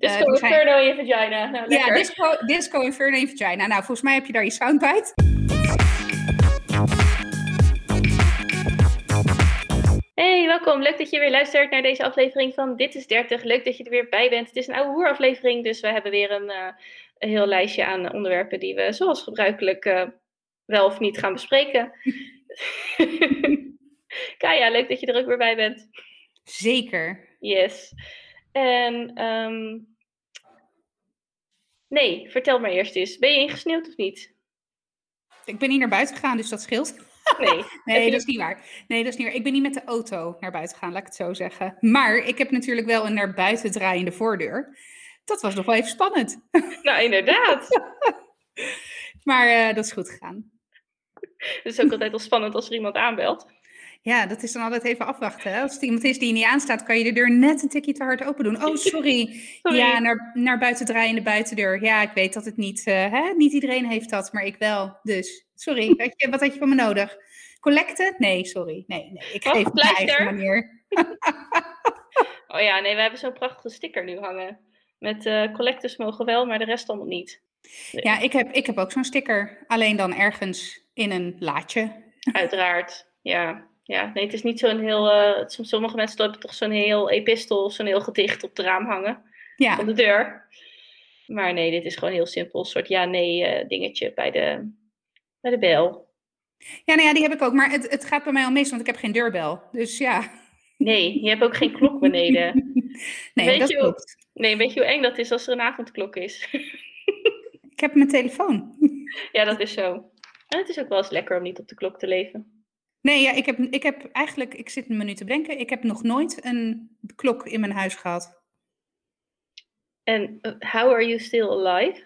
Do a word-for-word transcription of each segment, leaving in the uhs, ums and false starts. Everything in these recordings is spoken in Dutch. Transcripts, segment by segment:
Disco uh, Inferno zijn... in je vagina. Nou, ja, disco, disco Inferno in je vagina. Nou, volgens mij heb je daar je soundbite. Hey, welkom. Leuk dat je weer luistert naar deze aflevering van Dit is dertig. Leuk dat je er weer bij bent. Het is een oude hoer aflevering, dus we hebben weer een, uh, een heel lijstje aan onderwerpen die we zoals gebruikelijk uh, wel of niet gaan bespreken. Kaya, leuk dat je er ook weer bij bent. Zeker. Yes. En um... nee, vertel maar eerst eens. Ben je ingesneeuwd of niet? Ik ben niet naar buiten gegaan, dus dat scheelt. Nee, nee dat is niet waar. Nee, dat is niet waar. Ik ben niet met de auto naar buiten gegaan, laat ik het zo zeggen. Maar ik heb natuurlijk wel een naar buiten draaiende voordeur. Dat was nog wel even spannend. Nou, inderdaad. maar uh, dat is goed gegaan. Het is ook altijd wel spannend als er iemand aanbelt. Ja, dat is dan altijd even afwachten. Hè? Als het iemand is die niet aanstaat, kan je de deur net een tikje te hard open doen. Oh, sorry. sorry. Ja, naar, naar buiten draaien in de buitendeur. Ja, ik weet dat het niet... Uh, hè? Niet iedereen heeft dat, maar ik wel. Dus, sorry. Wat, je, wat had je van me nodig? Collecten? Nee, sorry. Nee, nee. Ik geef op mijn eigen manier. Oh ja, nee, we hebben zo'n prachtige sticker nu hangen. Met uh, collectors mogen wel, maar de rest allemaal niet. Nee. Ja, ik heb, ik heb ook zo'n sticker. Alleen dan ergens in een laadje. Uiteraard, ja. Ja, nee, het is niet zo'n heel... Uh, sommige mensen hebben toch zo'n heel epistel of zo'n heel gedicht op het raam hangen. Ja. Van de deur. Maar nee, dit is gewoon heel simpel. Een soort ja-nee uh, dingetje bij de, bij de bel. Ja, nou ja, die heb ik ook. Maar het, het gaat bij mij al mis, want ik heb geen deurbel. Dus ja. Nee, je hebt ook geen klok beneden. nee, weet dat je, klopt. Nee, weet je hoe eng dat is als er een avondklok is? Ik heb mijn telefoon. Ja, dat is zo. En het is ook wel eens lekker om niet op de klok te leven. Nee, ja, ik heb, ik heb eigenlijk, ik zit me nu te bedenken, ik heb nog nooit een klok in mijn huis gehad. En uh, how are you still alive?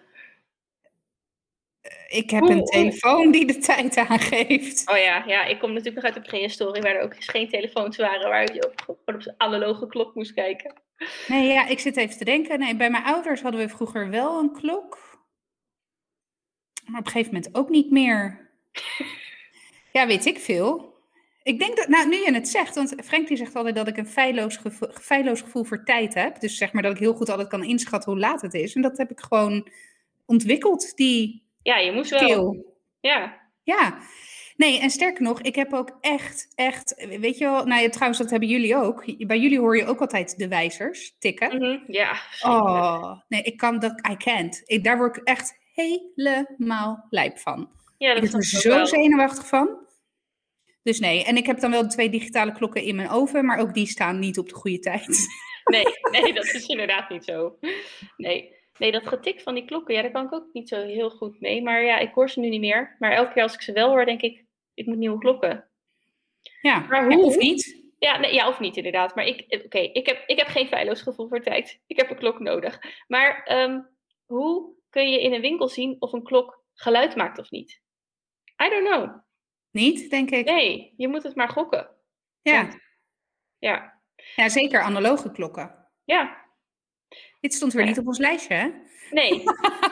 Uh, ik heb Oeh, een telefoon die de tijd aangeeft. Oh ja, ja, ik kom natuurlijk nog uit de prehistorie waar er ook geen telefoons waren, waar je op, op de analoge klok moest kijken. Nee, ja, ik zit even te denken. Nee, bij mijn ouders hadden we vroeger wel een klok. Maar op een gegeven moment ook niet meer. Ja, weet ik veel. Ik denk dat, nou nu je het zegt, want Frank die zegt altijd dat ik een feilloos gevoel, feilloos gevoel voor tijd heb. Dus zeg maar dat ik heel goed altijd kan inschatten hoe laat het is. En dat heb ik gewoon ontwikkeld, die Ja, je moest skill. wel. Ja. Ja. Nee, en sterker nog, ik heb ook echt, echt, weet je wel, nou ja, trouwens dat hebben jullie ook. Bij jullie hoor je ook altijd de wijzers tikken. Mm-hmm, ja. Oh, nee, ik kan dat, I can't. Ik, daar word ik echt helemaal lijp van. Ja, dat ik ben er zo wel. zenuwachtig van. Dus nee, en ik heb dan wel de twee digitale klokken in mijn oven, maar ook die staan niet op de goede tijd. Nee, nee, dat is inderdaad niet zo. Nee, nee, dat getik van die klokken, ja, daar kan ik ook niet zo heel goed mee. Maar ja, ik hoor ze nu niet meer. Maar elke keer als ik ze wel hoor, denk ik, ik moet nieuwe klokken. Ja, maar hoe? Ja, of niet? Ja, nee, ja, of niet inderdaad. Maar ik, oké, okay, ik, heb, ik heb geen feilloos gevoel voor tijd. Ik heb een klok nodig. Maar um, hoe kun je in een winkel zien of een klok geluid maakt of niet? I don't know. Niet, denk ik. Nee, je moet het maar gokken. Ja. Ja. Ja, ja zeker analoge klokken. Ja. Dit stond weer ja. niet op ons lijstje, hè? Nee.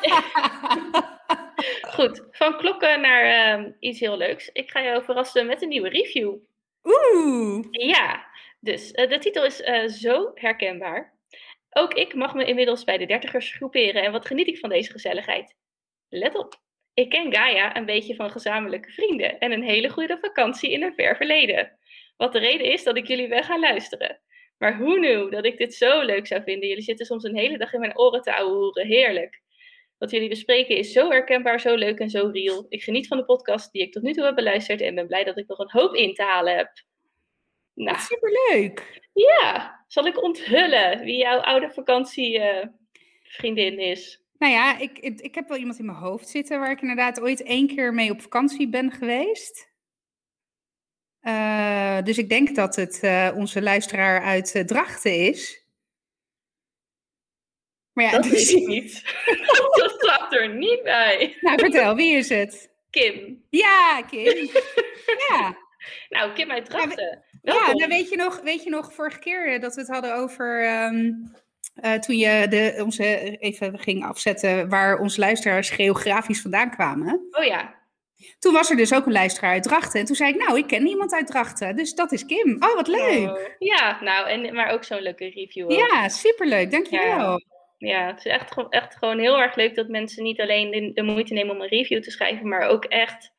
Goed, van klokken naar um, iets heel leuks. Ik ga jou verrassen met een nieuwe review. Oeh! Ja, dus uh, de titel is uh, zo herkenbaar. Ook ik mag me inmiddels bij de dertigers groeperen en wat geniet ik van deze gezelligheid. Let op. Ik ken Gaia een beetje van gezamenlijke vrienden en een hele goede vakantie in een ver verleden. Wat de reden is dat ik jullie wel ga luisteren. Maar who knew dat ik dit zo leuk zou vinden? Jullie zitten soms een hele dag in mijn oren te ouwehoeren. Heerlijk. Wat jullie bespreken is zo herkenbaar, zo leuk en zo real. Ik geniet van de podcast die ik tot nu toe heb beluisterd en ben blij dat ik nog een hoop in te halen heb. Nou, superleuk. Ja, zal ik onthullen wie jouw oude vakantievriendin uh, is? Nou ja, ik, ik, ik heb wel iemand in mijn hoofd zitten waar ik inderdaad ooit één keer mee op vakantie ben geweest. Uh, dus ik denk dat het uh, onze luisteraar uit uh, Drachten is. Maar ja, dat dus... weet ik niet. Dat staat er niet bij. Nou, vertel, wie is het? Kim. Ja, Kim. Ja. Nou, Kim uit Drachten. Ja, ja nou weet je nog, weet je nog vorige keer dat we het hadden over... Um, Uh, toen je de, onze even ging afzetten waar onze luisteraars geografisch vandaan kwamen. Oh ja. Toen was er dus ook een luisteraar uit Drachten. En toen zei ik, nou, ik ken niemand uit Drachten. Dus dat is Kim. Oh, wat leuk. Oh. Ja, nou, en, maar ook zo'n leuke review. Ook. Ja, superleuk. Dankjewel. Ja. Ja, het is echt, ge- echt gewoon heel erg leuk dat mensen niet alleen de, de moeite nemen om een review te schrijven, maar ook echt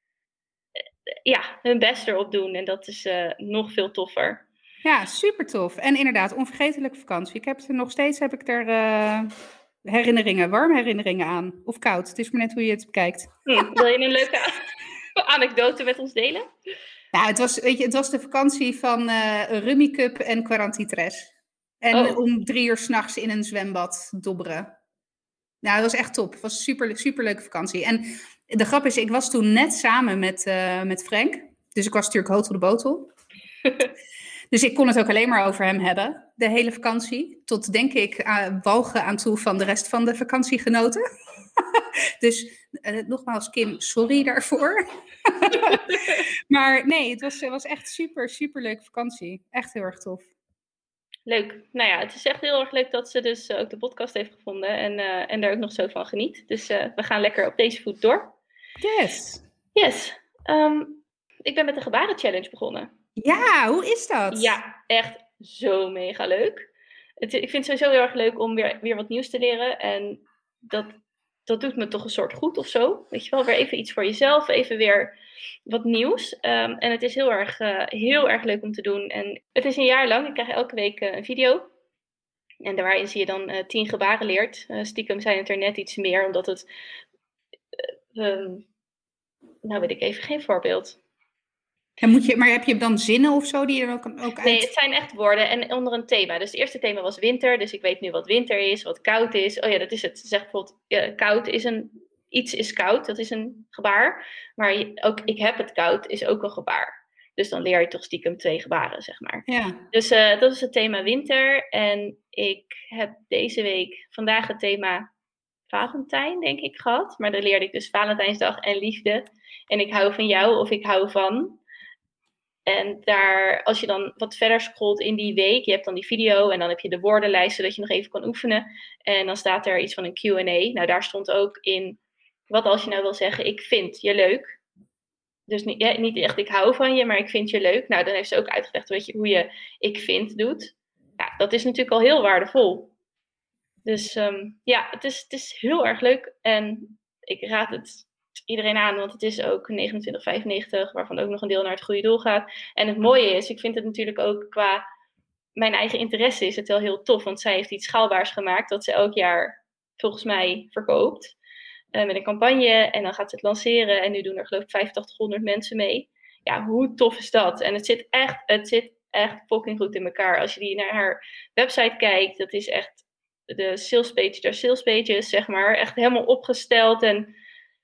ja, hun best erop doen. En dat is uh, nog veel toffer. Ja, super tof. En inderdaad, onvergetelijke vakantie. Ik heb er nog steeds heb ik er uh, herinneringen, warme herinneringen aan. Of koud. Het is maar net hoe je het bekijkt. Hm, wil je een leuke anekdote met ons delen? Nou, het was, weet je, het was de vakantie van uh, Rummy Cup en Quarantitres. En oh. om drie uur s'nachts in een zwembad dobberen. Nou, dat was echt top. Het was een super, super leuke vakantie. En de grap is, ik was toen net samen met, uh, met Frank. Dus ik was natuurlijk hot to the bottle. Dus ik kon het ook alleen maar over hem hebben, de hele vakantie. Tot, denk ik, uh, walgen aan toe van de rest van de vakantiegenoten. Dus uh, nogmaals, Kim, sorry daarvoor. Maar nee, het was, het was echt super, super leuke vakantie. Echt heel erg tof. Leuk. Nou ja, het is echt heel erg leuk dat ze dus uh, ook de podcast heeft gevonden en, uh, en daar ook nog zo van geniet. Dus uh, we gaan lekker op deze voet door. Yes. Yes. Um, ik ben met de gebaren challenge begonnen. Ja, hoe is dat? Ja, echt zo mega leuk. Het, ik vind het sowieso heel erg leuk om weer, weer wat nieuws te leren. En dat, dat doet me toch een soort goed of zo. Weet je wel, weer even iets voor jezelf. Even weer wat nieuws. Um, en het is heel erg, uh, heel erg leuk om te doen. En het is een jaar lang. Ik krijg elke week uh, een video. En waarin zie je dan uh, tien gebaren leert. Uh, stiekem zijn het er net iets meer. Omdat het... Uh, um, nou weet ik even geen voorbeeld. En moet je, maar heb je dan zinnen of zo die er ook, ook uit... Nee, het zijn echt woorden en onder een thema. Dus het eerste thema was winter. Dus ik weet nu wat winter is, wat koud is. Oh ja, dat is het. Ze zegt bijvoorbeeld, ja, koud is een... Iets is koud, dat is een gebaar. Maar ook ik heb het koud is ook een gebaar. Dus dan leer je toch stiekem twee gebaren, zeg maar. Ja. Dus uh, dat is het thema winter. En ik heb deze week vandaag het thema Valentijn, denk ik, gehad. Maar dan leerde ik dus Valentijnsdag en liefde. En ik hou van jou of ik hou van... En daar, als je dan wat verder scrolt in die week, je hebt dan die video en dan heb je de woordenlijst, zodat je nog even kan oefenen. En dan staat er iets van een Q en A. Nou, daar stond ook in, wat als je nou wil zeggen, ik vind je leuk. Dus niet, ja, niet echt ik hou van je, maar ik vind je leuk. Nou, dan heeft ze ook uitgelegd weet je, hoe je ik vind doet. Ja, dat is natuurlijk al heel waardevol. Dus um, ja, het is, het is heel erg leuk en ik raad het iedereen aan, want het is ook negenentwintig vijfennegentig, waarvan ook nog een deel naar het goede doel gaat. En het mooie is, ik vind het natuurlijk ook qua mijn eigen interesse is het wel heel tof, want zij heeft iets schaalbaars gemaakt dat ze elk jaar volgens mij verkoopt uh, met een campagne en dan gaat ze het lanceren en nu doen er geloof ik vijfentachtighonderd mensen mee. Ja, hoe tof is dat? En het zit echt, het zit echt fucking goed in elkaar. Als je die naar haar website kijkt, dat is echt de sales page der sales pages, zeg maar, echt helemaal opgesteld en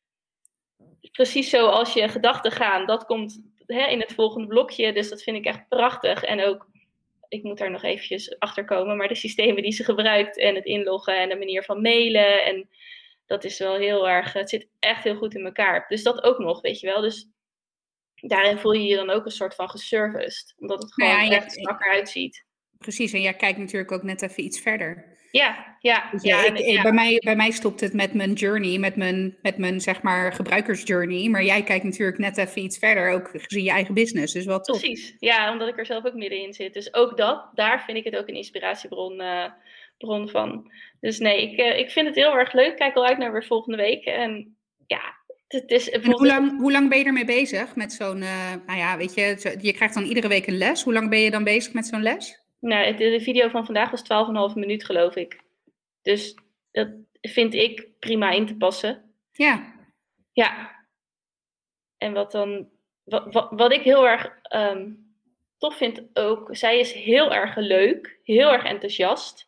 precies zoals je gedachten gaan, dat komt hè, in het volgende blokje. Dus dat vind ik echt prachtig. En ook, ik moet daar nog eventjes achter komen, maar de systemen die ze gebruikt en het inloggen en de manier van mailen. En dat is wel heel erg, het zit echt heel goed in elkaar. Dus dat ook nog, weet je wel. Dus daarin voel je je dan ook een soort van geserviced. Omdat het gewoon nou ja, echt strak eruit ziet. Precies, en jij kijkt natuurlijk ook net even iets verder. Ja, ja. Dus ja, ik, en, ja. Bij, mij, bij mij stopt het met mijn journey, met mijn, met mijn zeg maar gebruikersjourney. Maar jij kijkt natuurlijk net even iets verder, ook gezien je eigen business. Dus wel tof. Precies, ja, omdat ik er zelf ook middenin zit. Dus ook dat, daar vind ik het ook een inspiratiebron uh, bron van. Dus nee, ik, uh, ik vind het heel erg leuk. Kijk al uit naar weer volgende week. En ja, het is... En hoe lang, hoe lang ben je ermee bezig met zo'n, uh, nou ja, weet je, je krijgt dan iedere week een les. Hoe lang ben je dan bezig met zo'n les? Nou, de, de video van vandaag was twaalf en een half minuut, geloof ik. Dus dat vind ik prima in te passen. Ja. Ja. En wat dan... Wat, wat, wat ik heel erg um, tof vind ook... Zij is heel erg leuk. Heel erg enthousiast.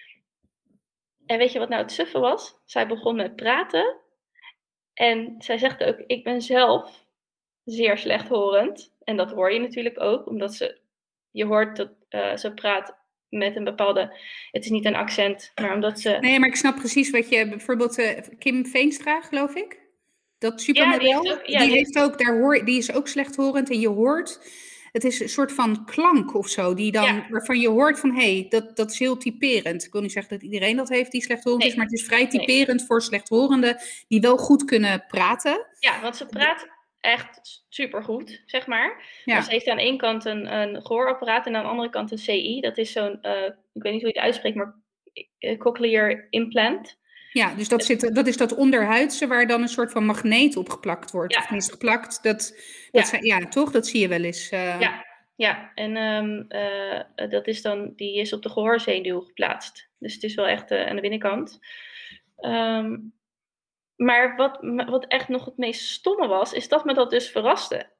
En weet je wat nou het suffe was? Zij begon met praten. En zij zegt ook... Ik ben zelf zeer slechthorend. En dat hoor je natuurlijk ook. Omdat ze... Je hoort dat uh, ze praat met een bepaalde... Het is niet een accent, maar omdat ze... Nee, maar ik snap precies wat je... Bijvoorbeeld uh, Kim Veenstra, geloof ik. Dat supermodel. Ja, die heeft ook, ja, die die heeft ook daar hoor, die is ook slechthorend. En je hoort... Het is een soort van klank of zo. Die dan, ja. Waarvan je hoort van... Hé, hey, dat, dat is heel typerend. Ik wil niet zeggen dat iedereen dat heeft die slechthorend nee. is. Maar het is vrij typerend nee. voor slechthorenden... Die wel goed kunnen praten. Ja, want ze praat... echt supergoed, zeg maar. Ja. Dus ze heeft aan één kant een, een gehoorapparaat en aan de andere kant een C I. Dat is zo'n, uh, ik weet niet hoe je het uitspreekt, maar uh, cochlear implant. Ja, dus dat, zit, dat is dat onderhuidse waar dan een soort van magneet op geplakt wordt. Ja. Of tenminste geplakt. Dat, dat Ja. Zijn, ja, toch? Dat zie je wel eens. Uh... Ja, ja. En um, uh, dat is dan, die is op de gehoorzenuw geplaatst. Dus het is wel echt uh, aan de binnenkant. Um, maar wat, wat echt nog het meest stomme was, is dat me dat dus verraste.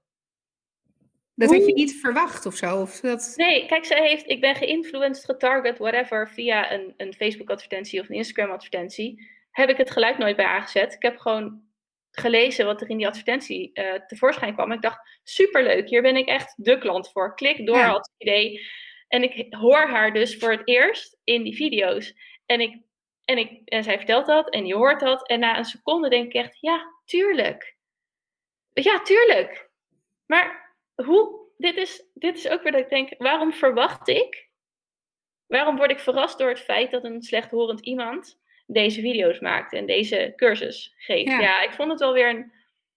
Dat had je niet verwacht of zo? Of dat... Nee, kijk, zij heeft, ik ben geïnfluenced, getarget, whatever, via een, een Facebook-advertentie of een Instagram-advertentie. Heb ik het geluid nooit bij aangezet. Ik heb gewoon gelezen wat er in die advertentie uh, tevoorschijn kwam. En ik dacht, superleuk, hier ben ik echt de klant voor. Klik door, Ja. had het idee. En ik hoor haar dus voor het eerst in die video's. En, ik, en, ik, en zij vertelt dat en je hoort dat. En na een seconde denk ik echt, ja, tuurlijk. Ja, tuurlijk. Maar hoe... Dit is, dit is ook weer dat ik denk, waarom verwacht ik? Waarom word ik verrast door het feit dat een slechthorend iemand deze video's maakt en deze cursus geeft? Ja, ja ik vond het wel weer een,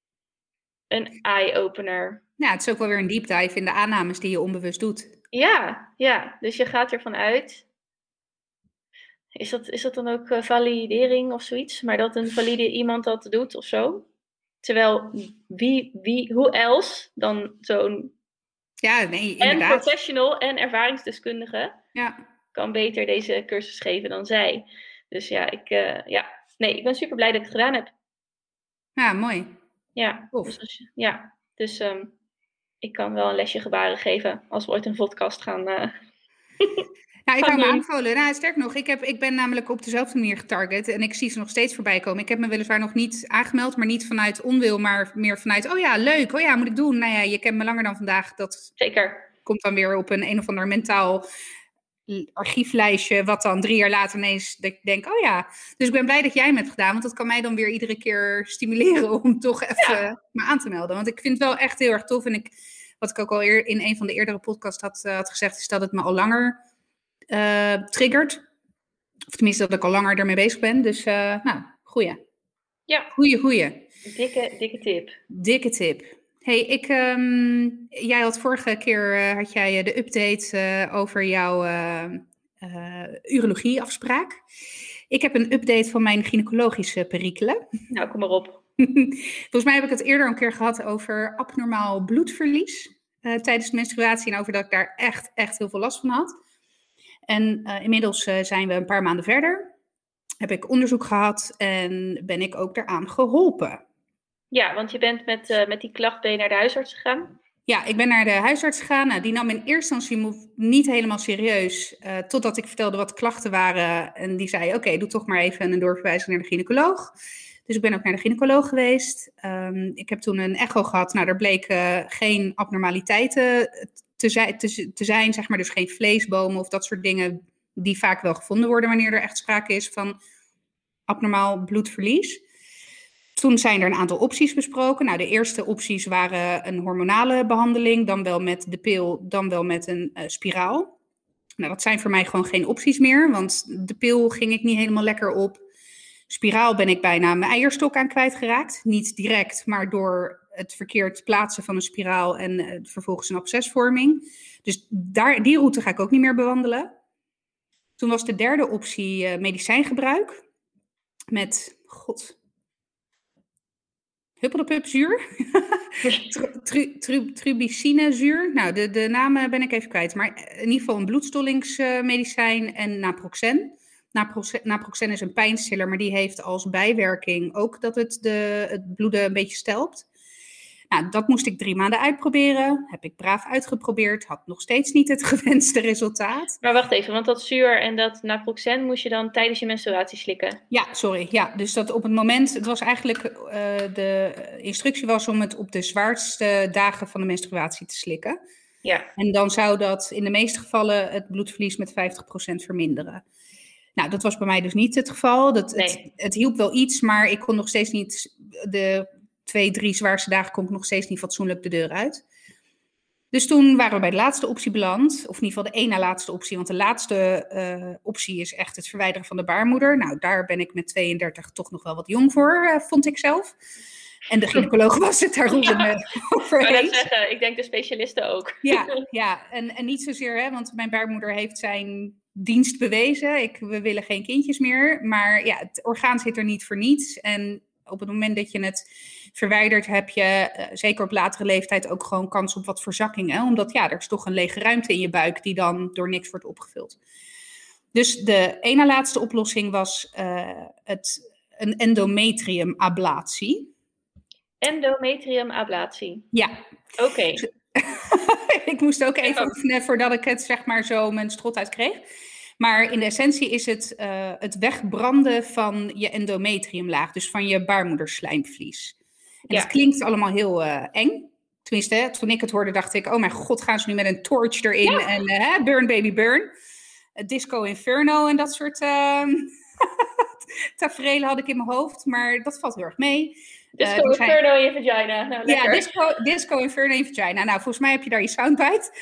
een eye-opener. Ja, het is ook wel weer een deep dive in de aannames die je onbewust doet. Ja, ja. Dus je gaat ervan uit. Is dat, is dat dan ook uh, validering of zoiets? Maar dat een valide iemand dat doet of zo? Terwijl, wie, wie, hoe else dan zo'n... Ja, nee, en inderdaad. professional en ervaringsdeskundige ja. kan beter deze cursus geven dan zij. Dus ja, ik, uh, ja. Nee, ik ben super blij dat ik het gedaan heb. Ja, mooi. Ja, dus, ja, dus um, ik kan wel een lesje gebaren geven als we ooit een podcast gaan uh, Nou, ik hou me aanbevolen. Nou, sterk nog, ik, heb, ik ben namelijk op dezelfde manier getarget en ik zie ze nog steeds voorbij komen. Ik heb me weliswaar nog niet aangemeld, maar niet vanuit onwil, maar meer vanuit, oh ja, leuk, oh ja, moet ik doen. Nou ja, je kent me langer dan vandaag. Dat Zeker. Komt dan weer op een een of ander mentaal archieflijstje, wat dan drie jaar later ineens dat ik denk, oh ja. Dus ik ben blij dat jij hem hebt gedaan, want dat kan mij dan weer iedere keer stimuleren om toch even ja. me aan te melden. Want ik vind het wel echt heel erg tof en ik, wat ik ook al eer, in een van de eerdere podcasts had, uh, had gezegd, is dat het me al langer Uh, triggert. Of tenminste dat ik al langer ermee bezig ben. Dus uh, nou, goeie. Ja. Goeie, goeie. Dikke, dikke tip. Dikke tip. Hey, ik, um, jij had vorige keer uh, had jij de update uh, over jouw uh, uh, urologieafspraak. Ik heb een update van mijn gynaecologische perikelen. Nou, kom maar op. Volgens mij heb ik het eerder een keer gehad over abnormaal bloedverlies uh, tijdens de menstruatie en over dat ik daar echt, echt heel veel last van had. En uh, inmiddels uh, zijn we een paar maanden verder. Heb ik onderzoek gehad en ben ik ook daaraan geholpen. Ja, want je bent met, uh, met die klacht ben je naar de huisarts gegaan? Ja, ik ben naar de huisarts gegaan. Nou, die nam in eerste instantie niet helemaal serieus. Uh, totdat ik vertelde wat de klachten waren. En die zei, oké, okay, doe toch maar even een doorverwijzing naar de gynaecoloog. Dus ik ben ook naar de gynaecoloog geweest. Um, ik heb toen een echo gehad. Nou, er bleken geen abnormaliteiten te, zi- te, te zijn, zeg maar. Dus geen vleesbomen of dat soort dingen die vaak wel gevonden worden wanneer er echt sprake is van abnormaal bloedverlies. Toen zijn er een aantal opties besproken. Nou, de eerste opties waren een hormonale behandeling, dan wel met de pil, dan wel met een uh, spiraal. Nou, dat zijn voor mij gewoon geen opties meer, want de pil ging ik niet helemaal lekker op. Spiraal ben ik bijna mijn eierstok aan kwijtgeraakt. Niet direct, maar door het verkeerd plaatsen van een spiraal en uh, vervolgens een abscesvorming. Dus daar, die route ga ik ook niet meer bewandelen. Toen was de derde optie uh, medicijngebruik met, god... Huppeldepup-zuur. Tru, tru, trubicinezuur. Nou, de, de namen ben ik even kwijt. Maar in ieder geval een bloedstollingsmedicijn uh, en naproxen. Naproxen. Naproxen is een pijnstiller, maar die heeft als bijwerking ook dat het de, het bloeden een beetje stelpt. Nou, dat moest ik drie maanden uitproberen. Heb ik braaf uitgeprobeerd. Had nog steeds niet het gewenste resultaat. Maar wacht even, want dat zuur en dat naproxen moest je dan tijdens je menstruatie slikken? Ja, sorry. Ja, dus dat op het moment... Het was eigenlijk... Uh, de instructie was om het op de zwaarste dagen van de menstruatie te slikken. Ja. En dan zou dat in de meeste gevallen het bloedverlies met vijftig procent verminderen. Nou, dat was bij mij dus niet het geval. Dat, nee. het, het hielp wel iets, maar ik kon nog steeds niet... de twee, drie zwaarste dagen kon ik nog steeds niet fatsoenlijk de deur uit. Dus toen waren we bij de laatste optie beland. Of in ieder geval de één na laatste optie. Want de laatste uh, optie is echt het verwijderen van de baarmoeder. Nou, daar ben ik met tweeëndertig toch nog wel wat jong voor, uh, vond ik zelf. En de gynaecoloog was het daar ja. over eens. Ik zeggen, ik denk de specialisten ook. Ja, ja. En, en niet zozeer, hè, want mijn baarmoeder heeft zijn dienst bewezen. Ik, we willen geen kindjes meer. Maar ja, het orgaan zit er niet voor niets. En op het moment dat je het verwijdert, heb je uh, zeker op latere leeftijd ook gewoon kans op wat verzakkingen. Omdat ja, er is toch een lege ruimte in je buik die dan door niks wordt opgevuld. Dus de ene laatste oplossing was uh, het, een endometriumablatie. Endometriumablatie? Ja. Oké. Okay. Ik moest ook even oefenen voordat ik het zeg maar zo mijn strot uit kreeg. Maar in de essentie is het uh, het wegbranden van je endometriumlaag. Dus van je baarmoederslijmvlies. En ja. Het klinkt allemaal heel uh, eng. Tenminste, hè, toen ik het hoorde dacht ik, oh mijn god, gaan ze nu met een torch erin. Ja. En uh, burn baby burn. Uh, Disco Inferno en dat soort uh, tafereelen had ik in mijn hoofd. Maar dat valt heel erg mee. Disco uh, Inferno zijn... in je vagina. Nou, ja, disco, disco Inferno in je vagina. Nou, volgens mij heb je daar je soundbite.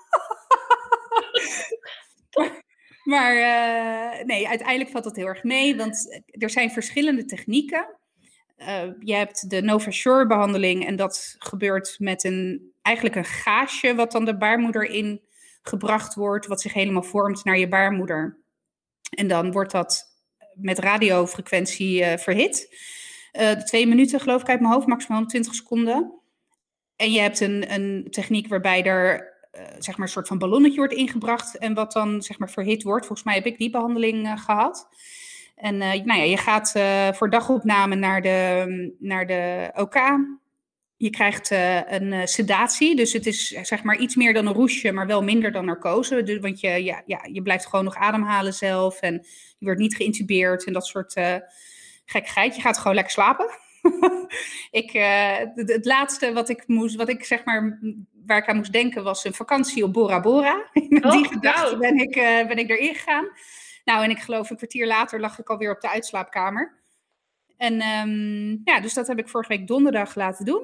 maar maar uh, nee, uiteindelijk valt dat heel erg mee. Want er zijn verschillende technieken. Uh, je hebt de NovaSure behandeling. En dat gebeurt met een, eigenlijk een gaasje wat dan de baarmoeder in gebracht wordt. Wat zich helemaal vormt naar je baarmoeder. En dan wordt dat met radiofrequentie uh, verhit. Uh, twee minuten geloof ik uit mijn hoofd, maximaal twintig seconden. En je hebt een, een techniek waarbij er uh, zeg maar een soort van ballonnetje wordt ingebracht en wat dan zeg maar verhit wordt. Volgens mij heb ik die behandeling uh, gehad. En uh, nou ja, je gaat uh, voor dagopname naar de, naar de O K. Je krijgt uh, een uh, sedatie, dus het is zeg maar iets meer dan een roesje, maar wel minder dan narcose. Dus, want je, ja, ja, je blijft gewoon nog ademhalen zelf en je wordt niet geïntubeerd en dat soort... Uh, gekkigheid, je gaat gewoon lekker slapen. ik, uh, het, het laatste wat ik moest, wat ik zeg maar, waar ik aan moest denken, was een vakantie op Bora Bora. Met oh, die gedachte wow. ben, ik, uh, ben ik erin gegaan. Nou, en ik geloof een kwartier later lag ik alweer op de uitslaapkamer. En um, ja, dus dat heb ik vorige week donderdag laten doen.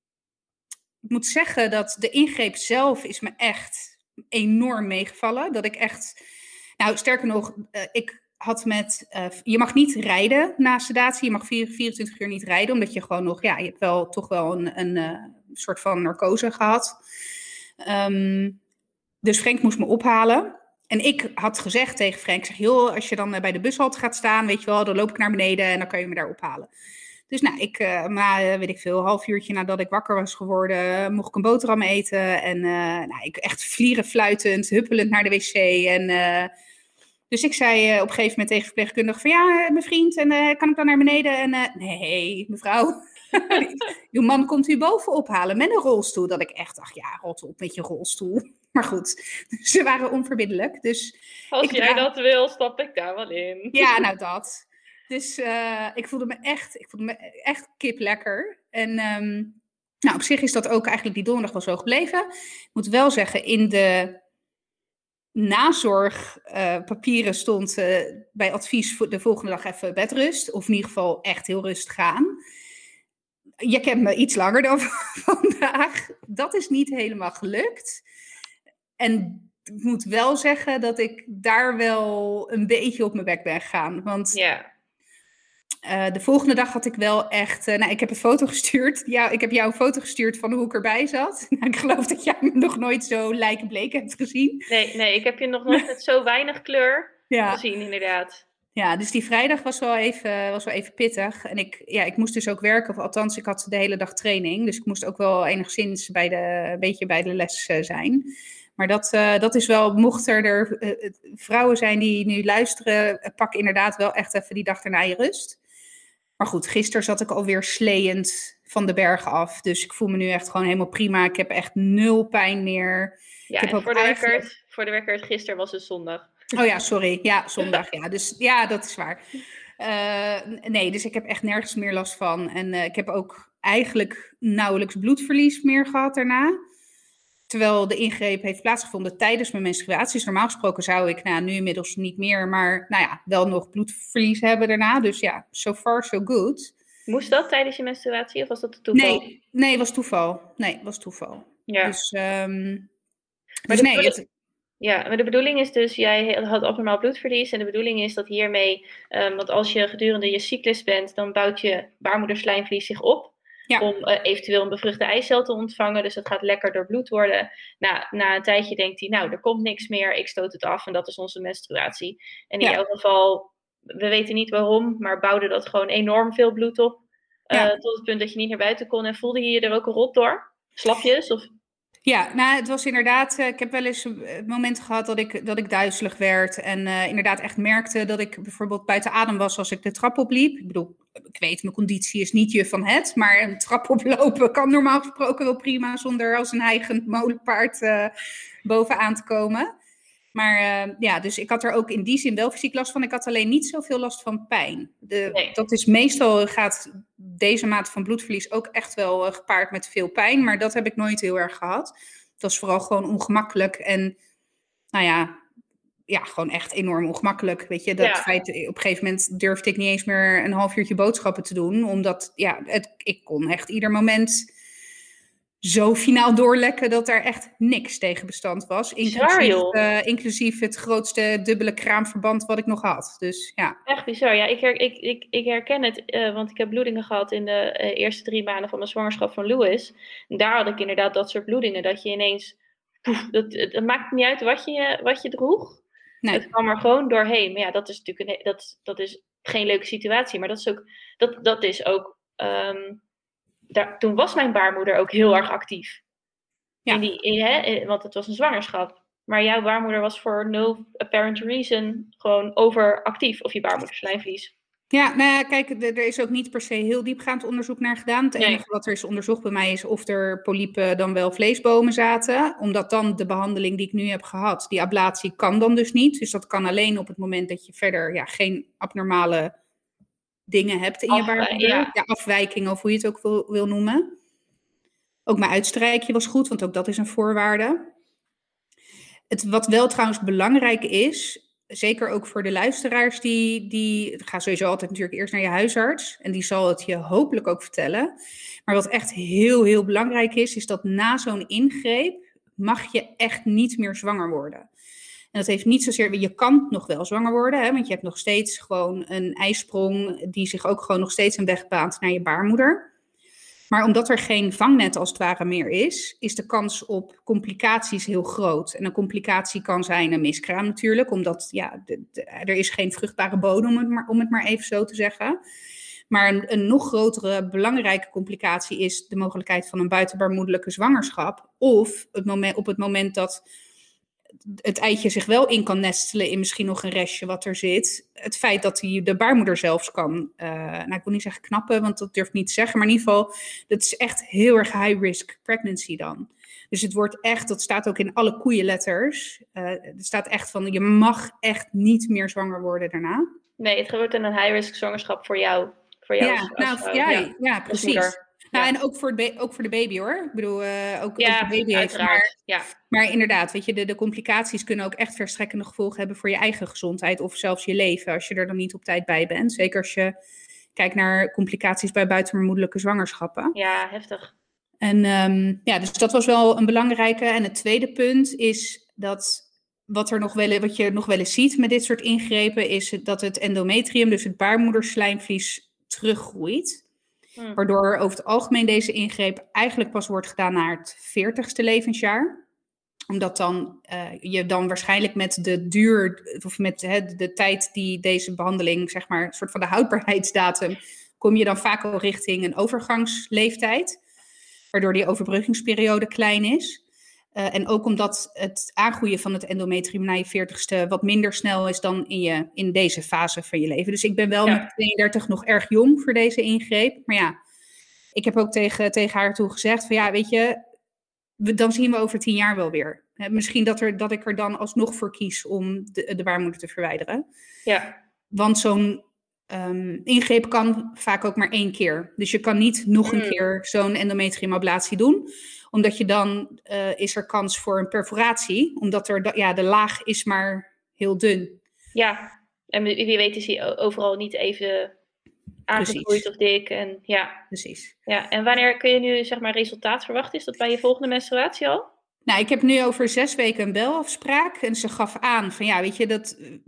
Ik moet zeggen dat de ingreep zelf is me echt enorm meegevallen. Dat ik echt, nou sterker nog, uh, ik... had met, uh, je mag niet rijden na sedatie, je mag vierentwintig uur niet rijden, omdat je gewoon nog, ja, je hebt wel toch wel een, een uh, soort van narcose gehad. Um, dus Frank moest me ophalen. En ik had gezegd tegen Frank, zeg, joh, als je dan uh, bij de bushalte gaat staan, weet je wel, dan loop ik naar beneden en dan kan je me daar ophalen. Dus nou, ik, uh, maar uh, weet ik veel, een half uurtje nadat ik wakker was geworden, uh, mocht ik een boterham eten. En uh, nou, ik echt vlieren fluitend, huppelend naar de wc en... Uh, Dus ik zei uh, op een gegeven moment tegen verpleegkundige van ja, mijn vriend, en uh, kan ik dan naar beneden? En uh, nee, mevrouw, uw man komt u boven ophalen met een rolstoel. Dat ik echt dacht, ja, rot op met je rolstoel. Maar goed, ze waren onverbiddelijk. Dus als ik jij dra- dat wil, stap ik daar wel in. Ja, nou dat. Dus uh, ik voelde me echt, ik voelde me echt kip lekker. En um, nou, op zich is dat ook eigenlijk die donderdag wel zo gebleven. Ik moet wel zeggen, in de... nazorgpapieren uh, stond uh, bij advies voor de volgende dag even bedrust. Of in ieder geval echt heel rustig aan. Je kent me iets langer dan vandaag. Dat is niet helemaal gelukt. En ik moet wel zeggen dat ik daar wel een beetje op mijn bek ben gegaan. Want yeah. uh, de volgende dag had ik wel echt... Uh, nou, ik heb een foto gestuurd. Ja, ik heb jou een foto gestuurd van hoe ik erbij zat. Nou, ik geloof dat jij me nog nooit zo lijkenbleek hebt gezien. Nee, nee, ik heb je nog nooit met zo weinig kleur ja. gezien, inderdaad. Ja, dus die vrijdag was wel even, was wel even pittig. En ik, ja, ik moest dus ook werken, of althans, ik had de hele dag training. Dus ik moest ook wel enigszins bij de, een beetje bij de les uh, zijn. Maar dat, uh, dat is wel, mochten er uh, vrouwen zijn die nu luisteren, uh, pak inderdaad wel echt even die dag erna je rust. Maar goed, gisteren zat ik alweer sleeënd van de bergen af. Dus ik voel me nu echt gewoon helemaal prima. Ik heb echt nul pijn meer. Ja, ik heb voor, de eigenlijk... record, voor de record, gisteren was het zondag. Oh ja, sorry. Ja, zondag. Ja, dus ja, dat is waar. Uh, nee, dus ik heb echt nergens meer last van. En uh, ik heb ook eigenlijk nauwelijks bloedverlies meer gehad daarna. Terwijl de ingreep heeft plaatsgevonden tijdens mijn menstruaties. Normaal gesproken zou ik, nou nu inmiddels niet meer, maar nou ja, wel nog bloedverlies hebben daarna. Dus ja, so far so good. Moest dat tijdens je menstruatie of was dat toeval? Nee, nee, was toeval. Nee, was toeval. Ja. Dus, um, maar dus nee. Het... Ja, maar de bedoeling is dus, jij had abnormaal bloedverlies en de bedoeling is dat hiermee, um, want als je gedurende je cyclus bent, dan bouwt je baarmoederslijmvlies zich op. Ja. om uh, eventueel een bevruchte eicel te ontvangen. Dus dat gaat lekker doorbloed worden. Nou, na een tijdje denkt hij, nou, er komt niks meer. Ik stoot het af en dat is onze menstruatie. En in Ja. jouw geval, we weten niet waarom, maar bouwde dat gewoon enorm veel bloed op. Uh, Ja. Tot het punt dat je niet naar buiten kon. En voelde je je er ook een rot door? Slapjes? Of... Ja, nou, het was inderdaad, uh, ik heb wel eens uh, momenten gehad dat ik, dat ik duizelig werd. En uh, inderdaad echt merkte dat ik bijvoorbeeld buiten adem was als ik de trap opliep. Ik bedoel, ik weet, mijn conditie is niet je van het. Maar een trap oplopen kan normaal gesproken wel prima zonder als een hijgend molenpaard uh, bovenaan te komen. Maar uh, ja, dus ik had er ook in die zin wel fysiek last van. Ik had alleen niet zoveel last van pijn. De, Nee. Dat is meestal, gaat deze mate van bloedverlies ook echt wel uh, gepaard met veel pijn. Maar dat heb ik nooit heel erg gehad. Het was vooral gewoon ongemakkelijk. En nou ja, ja gewoon echt enorm ongemakkelijk. Weet je, dat Ja. feit, op een gegeven moment durfde ik niet eens meer een half uurtje boodschappen te doen. Omdat, ja, het, ik kon echt ieder moment zo finaal doorlekken dat er echt niks tegen bestand was. Inclusief, Bizar, uh, inclusief het grootste dubbele kraamverband wat ik nog had. Dus ja. Echt bizar. Ja, ik, her, ik, ik, ik herken het, uh, want ik heb bloedingen gehad in de uh, eerste drie maanden van mijn zwangerschap van Louis. En daar had ik inderdaad dat soort bloedingen, dat je ineens... Poef, dat, het maakt niet uit wat je, wat je droeg. Nee. Het kwam er gewoon doorheen. Maar ja, dat is natuurlijk een, dat, dat is geen leuke situatie. Maar dat is ook... Dat, dat is ook um, daar, toen was mijn baarmoeder ook heel erg actief. Ja. In die, in, hè, want het was een zwangerschap. Maar jouw baarmoeder was voor no apparent reason gewoon overactief. Of je baarmoederslijmvlies. Ja, nou ja, kijk, er is ook niet per se heel diepgaand onderzoek naar gedaan. Het enige nee. wat er is onderzocht bij mij is of er polypen dan wel vleesbomen zaten. Omdat dan de behandeling die ik nu heb gehad, die ablatie kan dan dus niet. Dus dat kan alleen op het moment dat je verder ja, geen abnormale dingen hebt in Af, je baarmoeder. Ja. Ja, afwijking of hoe je het ook wil, wil noemen. Ook mijn uitstrijkje was goed, want ook dat is een voorwaarde. Het, wat wel trouwens belangrijk is, zeker ook voor de luisteraars, die, die gaan sowieso altijd natuurlijk eerst naar je huisarts. En die zal het je hopelijk ook vertellen. Maar wat echt heel, heel belangrijk is, is dat na zo'n ingreep mag je echt niet meer zwanger worden. En dat heeft niet zozeer, je kan nog wel zwanger worden, hè, want je hebt nog steeds gewoon een eisprong die zich ook gewoon nog steeds een weg baant naar je baarmoeder. Maar omdat er geen vangnet als het ware meer is, is de kans op complicaties heel groot. En een complicatie kan zijn een miskraam natuurlijk, omdat ja, de, de, er is geen vruchtbare bodem, om het maar, om het maar even zo te zeggen. Maar een, een nog grotere, belangrijke complicatie is de mogelijkheid van een buitenbaarmoederlijke zwangerschap. Of het moment, op het moment dat het eitje zich wel in kan nestelen in misschien nog een restje wat er zit. Het feit dat hij de baarmoeder zelfs kan, uh, nou ik wil niet zeggen knappen, want dat durf ik niet te zeggen. Maar in ieder geval, dat is echt heel erg high risk pregnancy dan. Dus het wordt echt, dat staat ook in alle koeienletters. Uh, er staat echt van, je mag echt niet meer zwanger worden daarna. Nee, het wordt een high risk zwangerschap voor jou. Voor jou ja, als, nou, als, ja, ja, ja, precies. Nou, ja. En ook voor, het ook voor de baby hoor. Ik bedoel, uh, ook, ja, ook de baby heeft. Maar, ja. maar inderdaad, weet je, de, de complicaties kunnen ook echt verstrekkende gevolgen hebben voor je eigen gezondheid of zelfs je leven, als je er dan niet op tijd bij bent. Zeker als je kijkt naar complicaties bij buitenbaarmoederlijke zwangerschappen. Ja, heftig. En um, ja, dus dat was wel een belangrijke. En het tweede punt is dat wat, er nog wel, wat je nog wel eens ziet met dit soort ingrepen, is dat het endometrium, dus het baarmoederslijmvlies, teruggroeit. Hmm. Waardoor over het algemeen deze ingreep eigenlijk pas wordt gedaan na het veertigste levensjaar. Omdat dan uh, je dan waarschijnlijk met de duur, of met he, de tijd die deze behandeling, zeg maar, een soort van de houdbaarheidsdatum, kom je dan vaak al richting een overgangsleeftijd. Waardoor die overbruggingsperiode klein is. Uh, en ook omdat het aangroeien van het endometrium na je veertigste wat minder snel is dan in, je, in deze fase van je leven. Dus ik ben wel ja. met tweeëndertig nog erg jong voor deze ingreep. Maar ja, ik heb ook tegen, tegen haar toe gezegd van ja, weet je, we, dan zien we over tien jaar wel weer. He, misschien dat, er, dat ik er dan alsnog voor kies om de, de baarmoeder te verwijderen. Ja. Want zo'n um, ingreep kan vaak ook maar één keer. Dus je kan niet nog een mm. keer zo'n endometriumablatie doen. Omdat je dan uh, is er kans voor een perforatie. Omdat er, ja, de laag is maar heel dun. Ja, en wie weet is hij overal niet even aangegroeid of dik. En, ja. Precies. Ja, en wanneer kun je nu zeg maar resultaat verwachten? Is dat bij je volgende menstruatie al? Nou, ik heb nu over zes weken een belafspraak. En ze gaf aan van ja, weet je, dat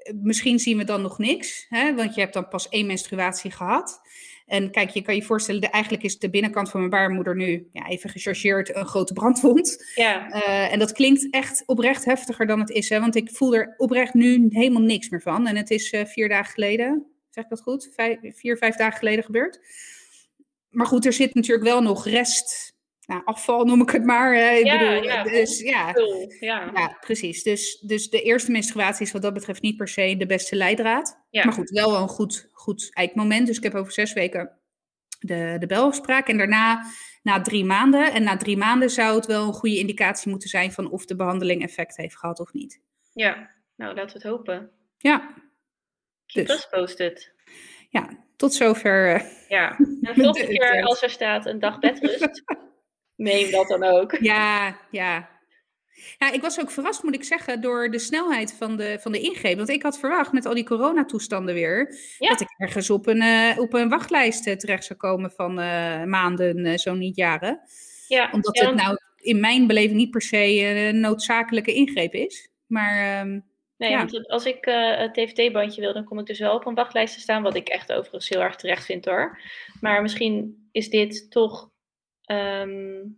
misschien zien we dan nog niks, hè? Want je hebt dan pas één menstruatie gehad. En kijk, je kan je voorstellen, de, eigenlijk is de binnenkant van mijn baarmoeder nu, ja, even gechargeerd, een grote brandwond. Ja. Uh, en dat klinkt echt oprecht heftiger dan het is, hè? Want ik voel er oprecht nu helemaal niks meer van. En het is uh, vier dagen geleden, zeg ik dat goed? Vijf, vier, vijf dagen geleden gebeurd. Maar goed, er zit natuurlijk wel nog rest... Nou, afval noem ik het maar. Hè. Ik ja, bedoel, ja, dus, ja, ja. ja, precies. Dus, dus de eerste menstruatie is wat dat betreft niet per se de beste leidraad. Ja. Maar goed, wel wel een goed, goed eikmoment. Dus ik heb over zes weken de, de belafspraak. En daarna, na drie maanden. En na drie maanden zou het wel een goede indicatie moeten zijn van of de behandeling effect heeft gehad of niet. Ja, nou laten we het hopen. Ja. Keep us posted. Ja, tot zover. Uh, ja, en de volgende keer als er staat een dag bedrust... Neem dat dan ook. Ja, ja. Ja, ik was ook verrast, moet ik zeggen, door de snelheid van de, van de ingreep. Want ik had verwacht, met al die coronatoestanden weer, ja. dat ik ergens op een, uh, op een wachtlijst uh, terecht zou komen van uh, maanden, uh, zo niet jaren. Ja, Omdat ja, het nou in mijn beleving niet per se een noodzakelijke ingreep is. Maar um, nee, ja. want als ik uh, het T V T-bandje wil, dan kom ik dus wel op een wachtlijst te staan. Wat ik echt overigens heel erg terecht vind hoor. Maar misschien is dit toch... Um,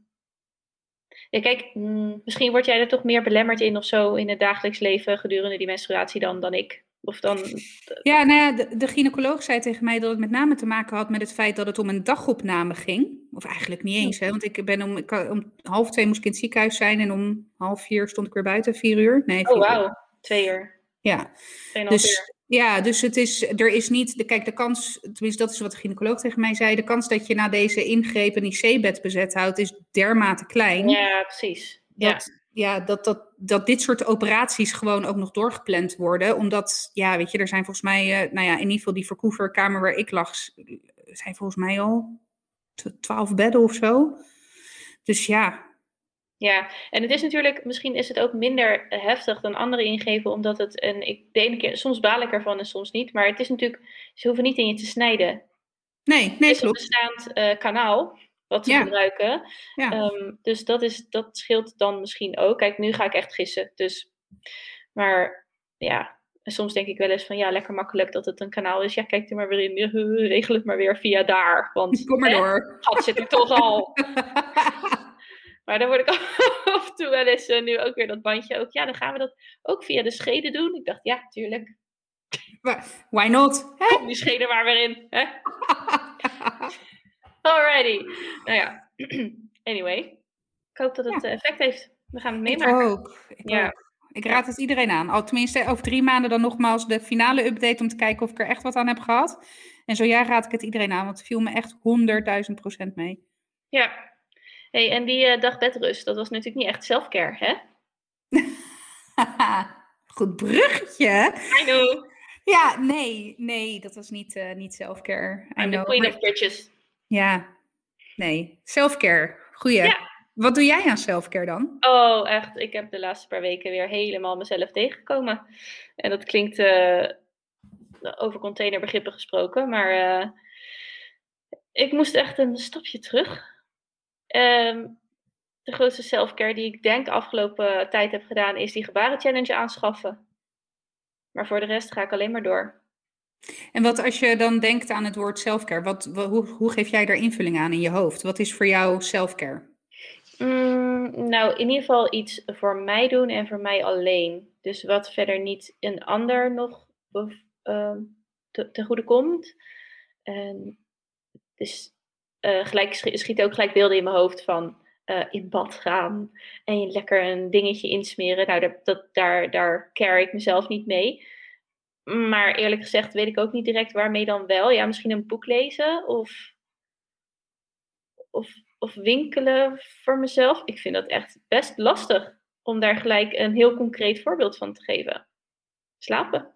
ja, kijk, mm, misschien word jij er toch meer belemmerd in of zo in het dagelijks leven gedurende die menstruatie dan, dan ik. Of dan... Ja, nou ja, de, de gynaecoloog zei tegen mij dat het met name te maken had met het feit dat het om een dagopname ging. Of eigenlijk niet eens, hè, want ik ben om, ik, om half twee moest ik in het ziekenhuis zijn en om half vier stond ik weer buiten, vier uur. Nee, vier oh, wauw, twee uur. Ja, dus, uur. ja, dus het is, er is niet, de, kijk, de kans, tenminste dat is wat de gynaecoloog tegen mij zei, de kans dat je na deze ingreep een I C-bed bezet houdt is dermate klein. Ja, precies. Dat, ja, ja dat, dat, dat dit soort operaties gewoon ook nog doorgepland worden, omdat, ja, weet je, er zijn volgens mij, uh, nou ja, in ieder geval die verkoeverkamer waar ik lag, zijn volgens mij al twaalf bedden of zo. Dus ja... Ja, en het is natuurlijk, misschien is het ook minder heftig dan andere ingrepen, omdat het een, ik, de ene keer, soms baal ik ervan en soms niet, maar het is natuurlijk, ze hoeven niet in je te snijden. Nee, nee, het is klopt. een bestaand uh, kanaal, wat ze ja. gebruiken. Ja. Um, dus dat, is, dat scheelt dan misschien ook. Kijk, nu ga ik echt gissen, dus, maar ja, soms denk ik wel eens van, ja, lekker makkelijk dat het een kanaal is. Ja, kijk er maar weer in, regel het maar weer via daar, want kom maar hè, door. gat zit er toch al. Maar dan word ik af en toe wel eens uh, nu ook weer dat bandje. Ook, ja, dan gaan we dat ook via de schede doen. Ik dacht, ja, tuurlijk. Why not? Hè? Kom die schede maar weer in. Hè? Alrighty. Nou ja, anyway. Ik hoop dat het ja. effect heeft. We gaan het meemaken. Ik ook. Ik, ja. ook. Ik raad ja. het iedereen aan. Al tenminste over drie maanden dan nogmaals de finale update om te kijken of ik er echt wat aan heb gehad. En zo ja, raad ik het iedereen aan. Want het viel me echt honderdduizend procent mee. Ja. Hey, en die uh, dag bedrust, dat was natuurlijk niet echt self-care, hè? Goed bruggetje. I know. Ja, nee, nee, dat was niet, uh, niet self-care. I'm the queen of bitches. Ja, nee. Self-care, goeie. Ja. Wat doe jij aan self-care dan? Oh, echt. Ik heb de laatste paar weken weer helemaal mezelf tegengekomen. En dat klinkt uh, over containerbegrippen gesproken, maar uh, ik moest echt een stapje terug. Um, de grootste self-care die ik denk afgelopen tijd heb gedaan is die gebarenchallenge aanschaffen. Maar voor de rest ga ik alleen maar door. En wat als je dan denkt aan het woord self-care, wat, wat, hoe, hoe geef jij daar invulling aan in je hoofd? Wat is voor jou self-care? Mm, nou, in ieder geval iets voor mij doen en voor mij alleen. Dus wat verder niet een ander nog of, uh, te, te goede komt. En dus uh, gelijk schiet ook gelijk beelden in mijn hoofd van uh, in bad gaan en je lekker een dingetje insmeren. Nou, dat, dat, daar, daar care ik mezelf niet mee. Maar eerlijk gezegd weet ik ook niet direct waarmee dan wel. Ja, misschien een boek lezen of, of, of winkelen voor mezelf. Ik vind dat echt best lastig om daar gelijk een heel concreet voorbeeld van te geven. Slapen.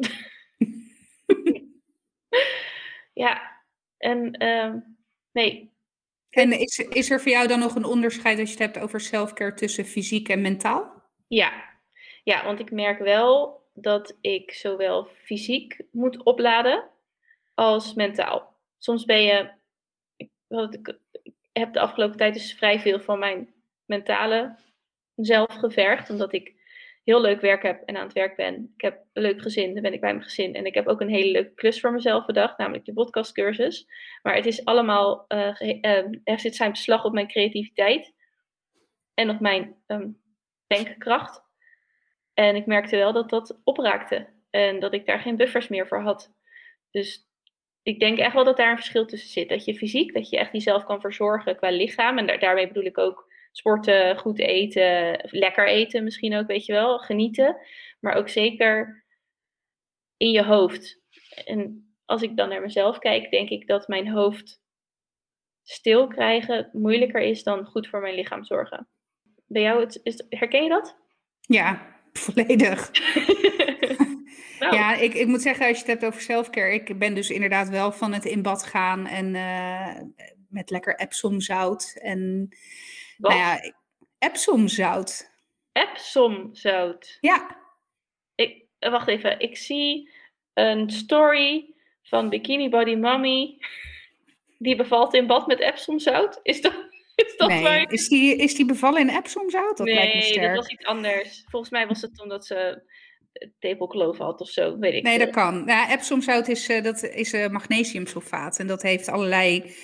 Ja, en uh, nee. En is, is er voor jou dan nog een onderscheid als je het hebt over selfcare tussen fysiek en mentaal? Ja, ja, want ik merk wel dat ik zowel fysiek moet opladen als mentaal. Soms ben je, ik, ik, ik heb de afgelopen tijd dus vrij veel van mijn mentale zelf gevergd, omdat ik heel leuk werk heb en aan het werk ben. Ik heb een leuk gezin, dan ben ik bij mijn gezin. En ik heb ook een hele leuke klus voor mezelf bedacht, namelijk de podcastcursus. Maar het is allemaal, uh, uh, er zit zijn beslag op mijn creativiteit en op mijn um, denkkracht. En ik merkte wel dat dat opraakte en dat ik daar geen buffers meer voor had. Dus ik denk echt wel dat daar een verschil tussen zit. Dat je fysiek, dat je echt jezelf kan verzorgen qua lichaam. En daar, daarmee bedoel ik ook sporten, goed eten, lekker eten misschien ook, weet je wel, genieten. Maar ook zeker in je hoofd. En als ik dan naar mezelf kijk, denk ik dat mijn hoofd stil krijgen moeilijker is dan goed voor mijn lichaam zorgen. Bij jou, het, is, herken je dat? Ja, volledig. Nou. Ja, ik, ik moet zeggen, als je het hebt over selfcare, ik ben dus inderdaad wel van het in bad gaan en uh, met lekker Epsom-zout. En, Wat? nou ja, Epsom-zout. Epsom-zout? Ja. Ik, wacht even, ik zie een story van Bikini Body Mommy. Die bevalt in bad met Epsom-zout. Is dat, is dat nee, waar? is die, is die bevallen in Epsom-zout? Dat nee, lijkt me sterk. dat was iets anders. Volgens mij was het omdat ze tepelkloven had of zo, weet ik Nee, veel. dat kan. Ja, Epsomzout is, uh, dat is uh, magnesiumsulfaat. En dat heeft allerlei uh,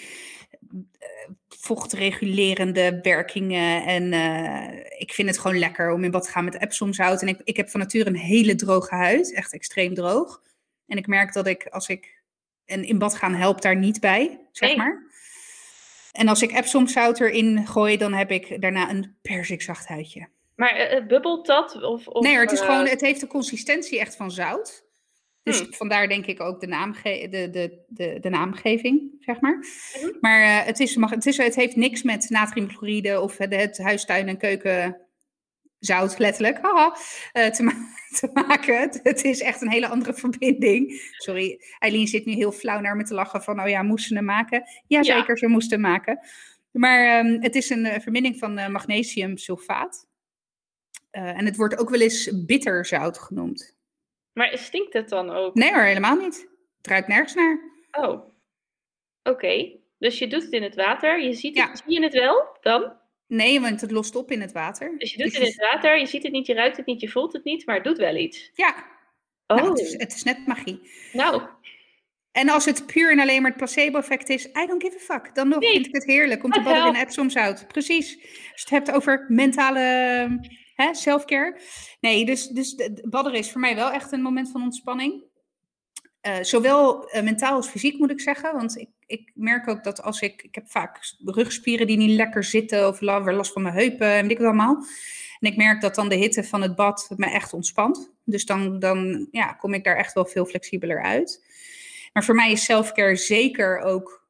vochtregulerende werkingen. En uh, ik vind het gewoon lekker om in bad te gaan met Epsomzout. En ik, ik heb van nature een hele droge huid. Echt extreem droog. En ik merk dat ik, als ik... En in bad gaan helpt daar niet bij, zeg Nee. maar. En als ik Epsomzout erin gooi, dan heb ik daarna een perzikzacht huidje. Maar uh, bubbelt dat? Of, of, nee, het, is uh... gewoon, het heeft de consistentie echt van zout. Dus hmm. vandaar denk ik ook de, naamge- de, de, de, de naamgeving, zeg maar. Mm-hmm. Maar uh, het, is, het, is, het heeft niks met natriumchloride of het, het huistuin- en keukenzout, letterlijk, haha, uh, te, ma- te maken. Het, het is echt een hele andere verbinding. Sorry, Eileen zit nu heel flauw naar me te lachen van, oh ja, moesten ze hem maken? Jazeker, ja. Ze moesten hem maken. Maar um, het is een uh, verbinding van uh, magnesiumsulfaat. Uh, en het wordt ook wel eens bitterzout genoemd. Maar stinkt het dan ook? Nee hoor, helemaal niet. Het ruikt nergens naar. Oh, oké. Okay. Dus je doet het in het water. Je ziet het, ja. zie je het wel dan? Nee, want het lost op in het water. Dus je doet dus het in het water, je ziet het niet, je ruikt het niet, je voelt het niet, maar het doet wel iets. Ja. Oh. Nou, het, is, het is net magie. Nou. En als het puur en alleen maar het placebo-effect is, I don't give a fuck. Dan nog nee. vind ik het heerlijk om te badderen in Epsomzout. Precies. Als je het hebt over mentale hè, self-care. Nee, dus, dus badderen is voor mij wel echt een moment van ontspanning. Uh, zowel uh, mentaal als fysiek moet ik zeggen. Want ik, ik merk ook dat als ik... Ik heb vaak rugspieren die niet lekker zitten. Of weer last van mijn heupen en weet ik het allemaal. En ik merk dat dan de hitte van het bad me echt ontspant. Dus dan, dan ja, kom ik daar echt wel veel flexibeler uit. Maar voor mij is selfcare zeker ook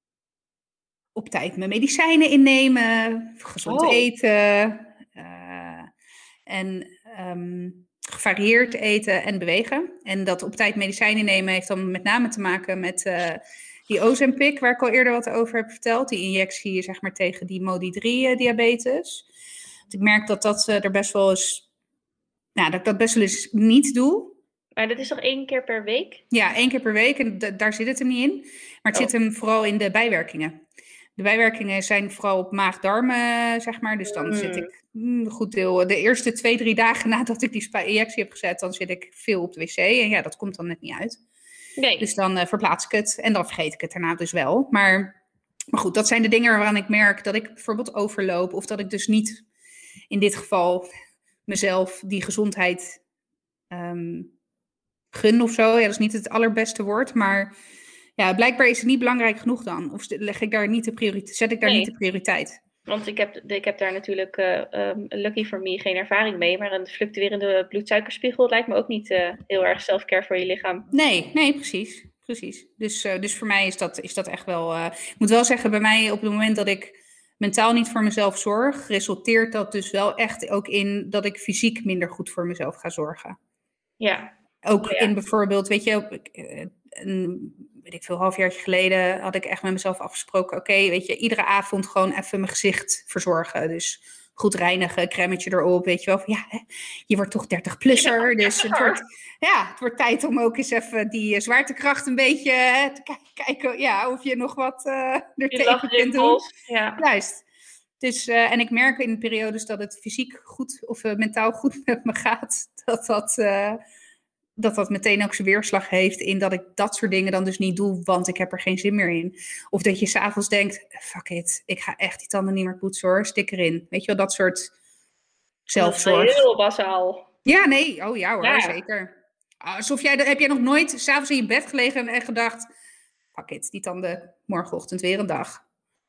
op tijd mijn medicijnen innemen. Gezond oh. eten. Uh, en... Um, gevarieerd eten en bewegen. En dat op tijd medicijnen nemen heeft dan met name te maken met uh, die Ozempic, waar ik al eerder wat over heb verteld. Die injectie zeg maar tegen die M O D I drie diabetes. Want ik merk dat dat uh, er best wel eens, nou, dat ik dat best wel eens niet doe. Maar dat is toch één keer per week? Ja, één keer per week en d- daar zit het hem niet in. Maar het oh. zit hem vooral in de bijwerkingen. De bijwerkingen zijn vooral op maag-darmen, zeg maar. Dus dan mm. zit ik een goed deel... De eerste twee, drie dagen nadat ik die injectie heb gezet... dan zit ik veel op de wc. En ja, dat komt dan net niet uit. Nee. Dus dan uh, verplaats ik het. En dan vergeet ik het daarna dus wel. Maar, maar goed, dat zijn de dingen waaraan ik merk... dat ik bijvoorbeeld overloop. Of dat ik dus niet in dit geval mezelf die gezondheid um, gun of zo. Ja, dat is niet het allerbeste woord, maar... Ja, blijkbaar is het niet belangrijk genoeg dan. Of leg ik daar niet de prioriteit, zet ik daar nee. niet de prioriteit? Want ik heb, ik heb daar natuurlijk, uh, um, lucky for me, geen ervaring mee. Maar een fluctuerende bloedsuikerspiegel lijkt me ook niet uh, heel erg selfcare voor je lichaam. Nee, nee, precies. precies. Dus, uh, dus voor mij is dat, is dat echt wel... Uh, ik moet wel zeggen, bij mij op het moment dat ik mentaal niet voor mezelf zorg... resulteert dat dus wel echt ook in dat ik fysiek minder goed voor mezelf ga zorgen. Ja. Ook ja. in bijvoorbeeld, weet je... Uh, een, weet ik veel, halfjaartje geleden had ik echt met mezelf afgesproken... oké, okay, weet je, iedere avond gewoon even mijn gezicht verzorgen. Dus goed reinigen, crèmetje erop, weet je wel. Ja, hè, je wordt toch dertig-plusser, ja, dus het wordt, ja, het wordt tijd om ook eens even die uh, zwaartekracht een beetje hè, te k- kijken... ja, of je nog wat uh, er tegen kunt doen. Ja. Juist. Dus, uh, en ik merk in periodes dat het fysiek goed of uh, mentaal goed met me gaat, dat dat, uh, dat dat meteen ook zijn weerslag heeft in dat ik dat soort dingen dan dus niet doe, want ik heb er geen zin meer in. Of dat je s'avonds denkt, fuck it, ik ga echt die tanden niet meer poetsen hoor, stik erin. Weet je wel, dat soort zelfzorg. Dat is heel basaal. Ja, nee, oh ja hoor, Ja. zeker. Alsof jij, heb jij nog nooit s'avonds in je bed gelegen en gedacht, fuck it, die tanden morgenochtend weer een dag.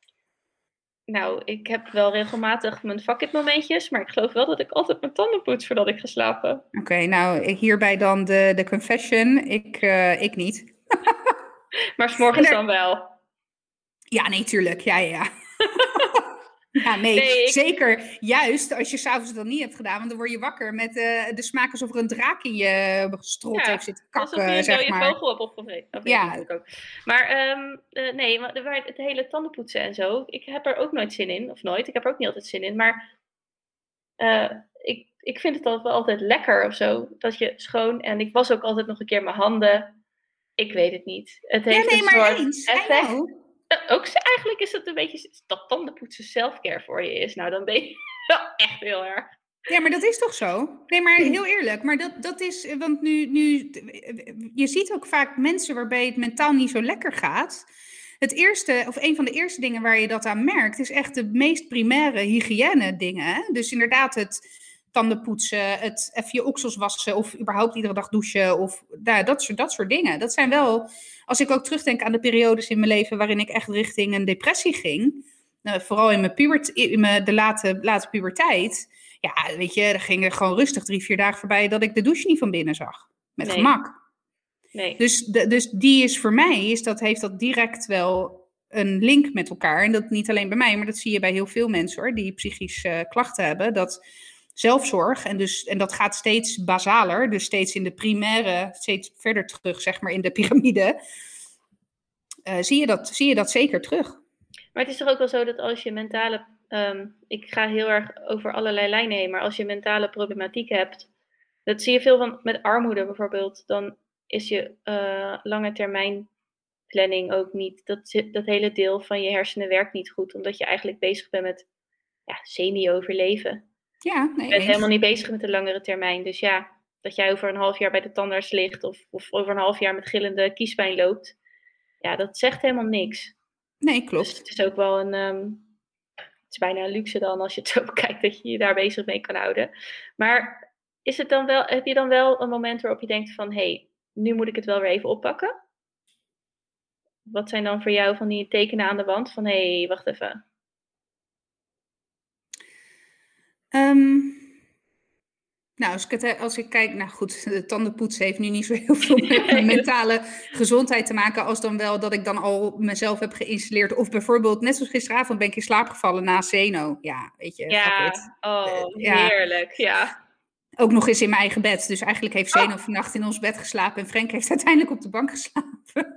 Nou, ik heb wel regelmatig mijn fuck it momentjes, maar ik geloof wel dat ik altijd mijn tanden poets voordat ik ga slapen. Oké, okay, nou hierbij dan de, de confession. Ik, uh, ik niet. Maar 's morgens er... dan wel? Ja, nee, tuurlijk. Ja, ja. ja, nee, nee ik... zeker. Juist als je s'avonds dan niet hebt gedaan, want dan word je wakker met uh, de smaak alsof er een draak in je strot ja, heeft zitten kakken, alsof je een zeg dode maar. vogel hebt opgevreten. Ja. Ik ook. Maar um, uh, nee, maar het hele tandenpoetsen en zo, ik heb er ook nooit zin in. Of nooit, ik heb er ook niet altijd zin in. Maar uh, ik, ik vind het altijd wel altijd lekker of zo. Dat je schoon, en ik was ook altijd nog een keer mijn handen. Ik weet het niet. Het heeft ja, nee, een maar soort eens. effect. Ook eigenlijk is het een beetje dat tandenpoetsen selfcare voor je is. Nou, dan ben je wel echt heel erg. Ja, maar dat is toch zo? Nee, maar heel eerlijk. Maar dat, dat is, want nu, nu, je ziet ook vaak mensen waarbij het mentaal niet zo lekker gaat. Het eerste, of een van de eerste dingen waar je dat aan merkt, is echt de meest primaire hygiëne dingen. Hè? Dus inderdaad het tanden poetsen, het even je oksels wassen of überhaupt iedere dag douchen of nou, dat, soort, dat soort dingen. Dat zijn wel, als ik ook terugdenk aan de periodes in mijn leven waarin ik echt richting een depressie ging, nou, vooral in mijn, pubert, in mijn de late, late puberteit, ja, weet je, er gingen gewoon rustig drie, vier dagen voorbij dat ik de douche niet van binnen zag. Met nee. gemak. Nee. Dus, de, dus die is voor mij, is dat, heeft dat direct wel een link met elkaar. En dat niet alleen bij mij, maar dat zie je bij heel veel mensen hoor, die psychische uh, klachten hebben. Dat zelfzorg, en, dus, en dat gaat steeds basaler, dus steeds in de primaire, steeds verder terug, zeg maar in de piramide, uh, zie, je dat, zie je dat zeker terug. Maar het is toch ook wel zo dat als je mentale, um, ik ga heel erg over allerlei lijnen heen, maar als je mentale problematiek hebt, dat zie je veel van met armoede bijvoorbeeld, dan is je uh, lange termijn planning ook niet, dat, dat hele deel van je hersenen werkt niet goed, omdat je eigenlijk bezig bent met ja, semi-overleven. Ja, nee, je bent eens. helemaal niet bezig met de langere termijn. Dus ja, dat jij over een half jaar bij de tandarts ligt of, of over een half jaar met gillende kiespijn loopt, ja, dat zegt helemaal niks. Nee, klopt. Dus het is ook wel een, um, het is bijna een luxe dan als je het zo bekijkt dat je je daar bezig mee kan houden. Maar is het dan wel, heb je dan wel een moment waarop je denkt van, hé, hey, nu moet ik het wel weer even oppakken? Wat zijn dan voor jou van die tekenen aan de wand van, hé, hey, wacht even. Um, nou, als ik, het, als ik kijk, nou goed, de tandenpoetsen heeft nu niet zo heel veel met mijn mentale gezondheid te maken, als dan wel dat ik dan al mezelf heb geïnstalleerd. Of bijvoorbeeld, net zoals gisteravond ben ik in slaap gevallen na Zeno. Ja, weet je. Ja, oh, uh, ja. Heerlijk, ja. Ook nog eens in mijn eigen bed. Dus eigenlijk heeft Zeno oh. vannacht in ons bed geslapen en Frank heeft uiteindelijk op de bank geslapen.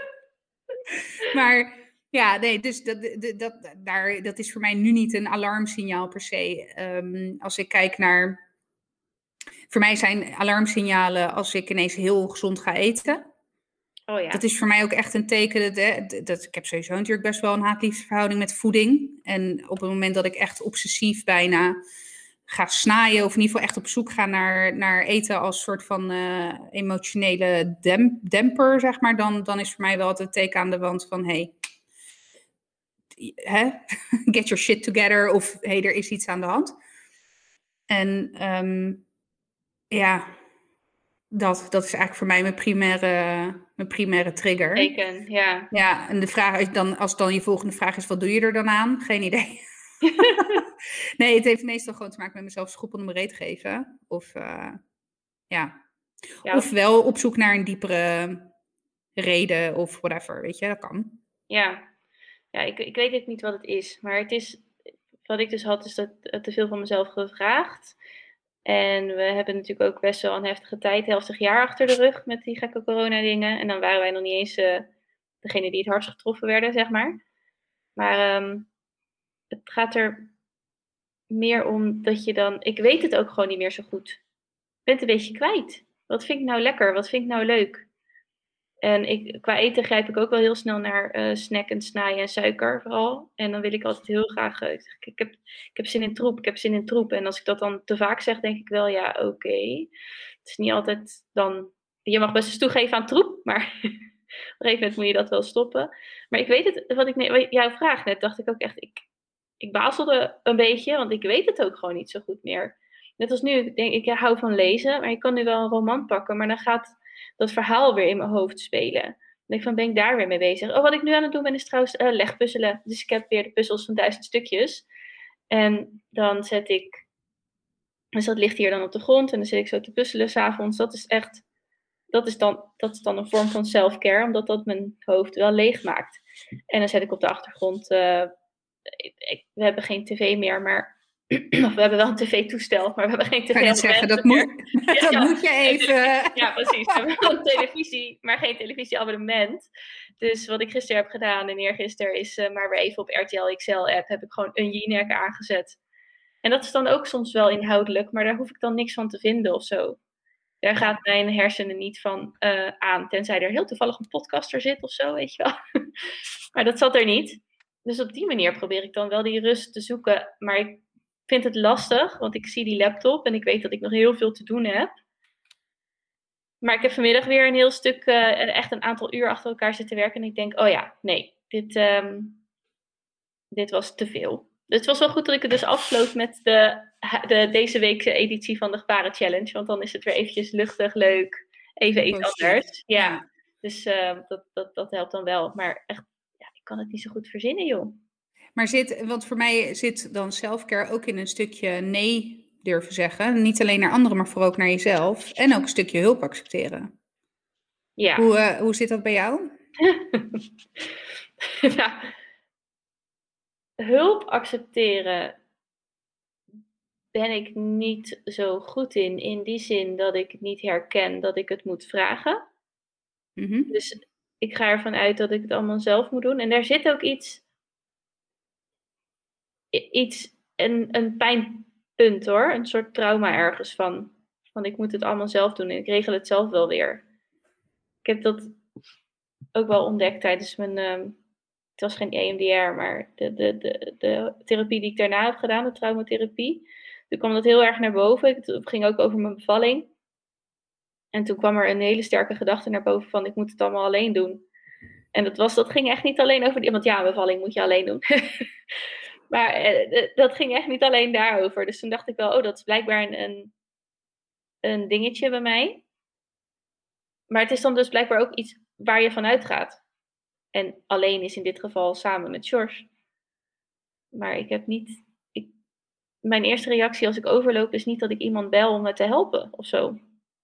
Maar ja, nee, dus dat, dat, dat, daar, dat is voor mij nu niet een alarmsignaal per se. Um, als ik kijk naar... Voor mij zijn alarmsignalen als ik ineens heel gezond ga eten. Oh ja. Dat is voor mij ook echt een teken. Dat, dat, dat, ik heb sowieso natuurlijk best wel een haat-liefdeverhouding met voeding. En op het moment dat ik echt obsessief bijna ga snaaien, of in ieder geval echt op zoek ga naar, naar eten als soort van uh, emotionele dem, demper, zeg maar, dan, dan is voor mij wel het een teken aan de wand van, hey, hè? Get your shit together, of hey, er is iets aan de hand. En um, ja, dat, dat is eigenlijk voor mij mijn primaire, mijn primaire trigger. Teken, ja. Ja, en de vraag is dan, als dan je volgende vraag is, wat doe je er dan aan? Geen idee. Nee, het heeft meestal gewoon te maken met mezelf schop onder mijn reet geven. Of, uh, ja. ja. Of wel op zoek naar een diepere reden of whatever, weet je, dat kan. Ja, ja ik, ik weet het niet wat het is. Maar het is, wat ik dus had, is dat te veel van mezelf gevraagd. En we hebben natuurlijk ook best wel een heftige tijd, heftig jaar achter de rug met die gekke corona-dingen. En dan waren wij nog niet eens uh, degene die het hardst getroffen werden, zeg maar. Maar um, het gaat er meer om dat je dan... Ik weet het ook gewoon niet meer zo goed. Ik ben het een beetje kwijt. Wat vind ik nou lekker? Wat vind ik nou leuk? En ik, qua eten grijp ik ook wel heel snel naar uh, snack en snijden en suiker vooral. En dan wil ik altijd heel graag... Uh, ik, ik, heb, ik heb zin in troep, ik heb zin in troep. En als ik dat dan te vaak zeg, denk ik wel, ja, oké. Okay. Het is niet altijd dan... Je mag best eens toegeven aan troep, maar op een gegeven moment moet je dat wel stoppen. Maar ik weet het, wat ik wat jouw vraag net, dacht ik ook echt... Ik, ik bazelde een beetje, want ik weet het ook gewoon niet zo goed meer. Net als nu, ik denk ik, ja, hou van lezen, maar ik kan nu wel een roman pakken, maar dan gaat dat verhaal weer in mijn hoofd spelen. Dan denk ik van, ben ik daar weer mee bezig? Oh, wat ik nu aan het doen ben, is trouwens uh, legpuzzelen. Dus ik heb weer de puzzels van duizend stukjes. En dan zet ik, dus dat ligt hier dan op de grond, en dan zit ik zo te puzzelen 's avonds. Dat is echt, dat is dan, dat is dan een vorm van self-care, omdat dat mijn hoofd wel leeg maakt. En dan zet ik op de achtergrond, uh, ik, ik, we hebben geen tv meer, maar of we hebben wel een tv-toestel, maar we hebben geen tv. Kan je zeggen, dat, moet, ja, dat ja, moet je even... Ja, precies. We hebben wel een televisie, maar geen televisieabonnement. Dus wat ik gisteren heb gedaan en eergisteren is uh, maar weer even op R T L X L-app heb ik gewoon een Jinek aangezet. En dat is dan ook soms wel inhoudelijk, maar daar hoef ik dan niks van te vinden of zo. Daar gaat mijn hersenen niet van uh, aan, tenzij er heel toevallig een podcaster zit of zo, weet je wel. Maar dat zat er niet. Dus op die manier probeer ik dan wel die rust te zoeken. Maar ik vind het lastig, want ik zie die laptop en ik weet dat ik nog heel veel te doen heb. Maar ik heb vanmiddag weer een heel stuk, uh, echt een aantal uur achter elkaar zitten werken. En ik denk, oh ja, nee, dit, um, dit was te veel. Dus het was wel goed dat ik het dus afsloot met de, de, deze weekse editie van de Gebaren Challenge. Want dan is het weer eventjes luchtig, leuk, even iets Positief. anders. Ja, ja. Dus uh, dat, dat, dat helpt dan wel. Maar echt, ja, ik kan het niet zo goed verzinnen, joh. Maar zit, want voor mij zit dan selfcare ook in een stukje nee durven zeggen. Niet alleen naar anderen, maar vooral ook naar jezelf. En ook een stukje hulp accepteren. Ja. Hoe, uh, hoe zit dat bij jou? Nou, hulp accepteren ben ik niet zo goed in. In die zin dat ik niet herken dat ik het moet vragen. Mm-hmm. Dus ik ga ervan uit dat ik het allemaal zelf moet doen. En daar zit ook iets... iets een, een pijnpunt hoor. Een soort trauma ergens van. Van ik moet het allemaal zelf doen en ik regel het zelf wel weer. Ik heb dat ook wel ontdekt tijdens mijn... Um, het was geen E M D R, maar de, de, de, de therapie die ik daarna heb gedaan, de traumatherapie. Toen kwam dat heel erg naar boven. Het ging ook over mijn bevalling. En toen kwam er een hele sterke gedachte naar boven van ik moet het allemaal alleen doen. En dat, was, dat ging echt niet alleen over die... Want ja, een bevalling moet je alleen doen. Maar eh, dat ging echt niet alleen daarover. Dus toen dacht ik wel, oh, dat is blijkbaar een, een, een dingetje bij mij. Maar het is dan dus blijkbaar ook iets waar je van uitgaat. En alleen is in dit geval samen met George. Maar ik heb niet... Ik, mijn eerste reactie als ik overloop is niet dat ik iemand bel om me te helpen of zo.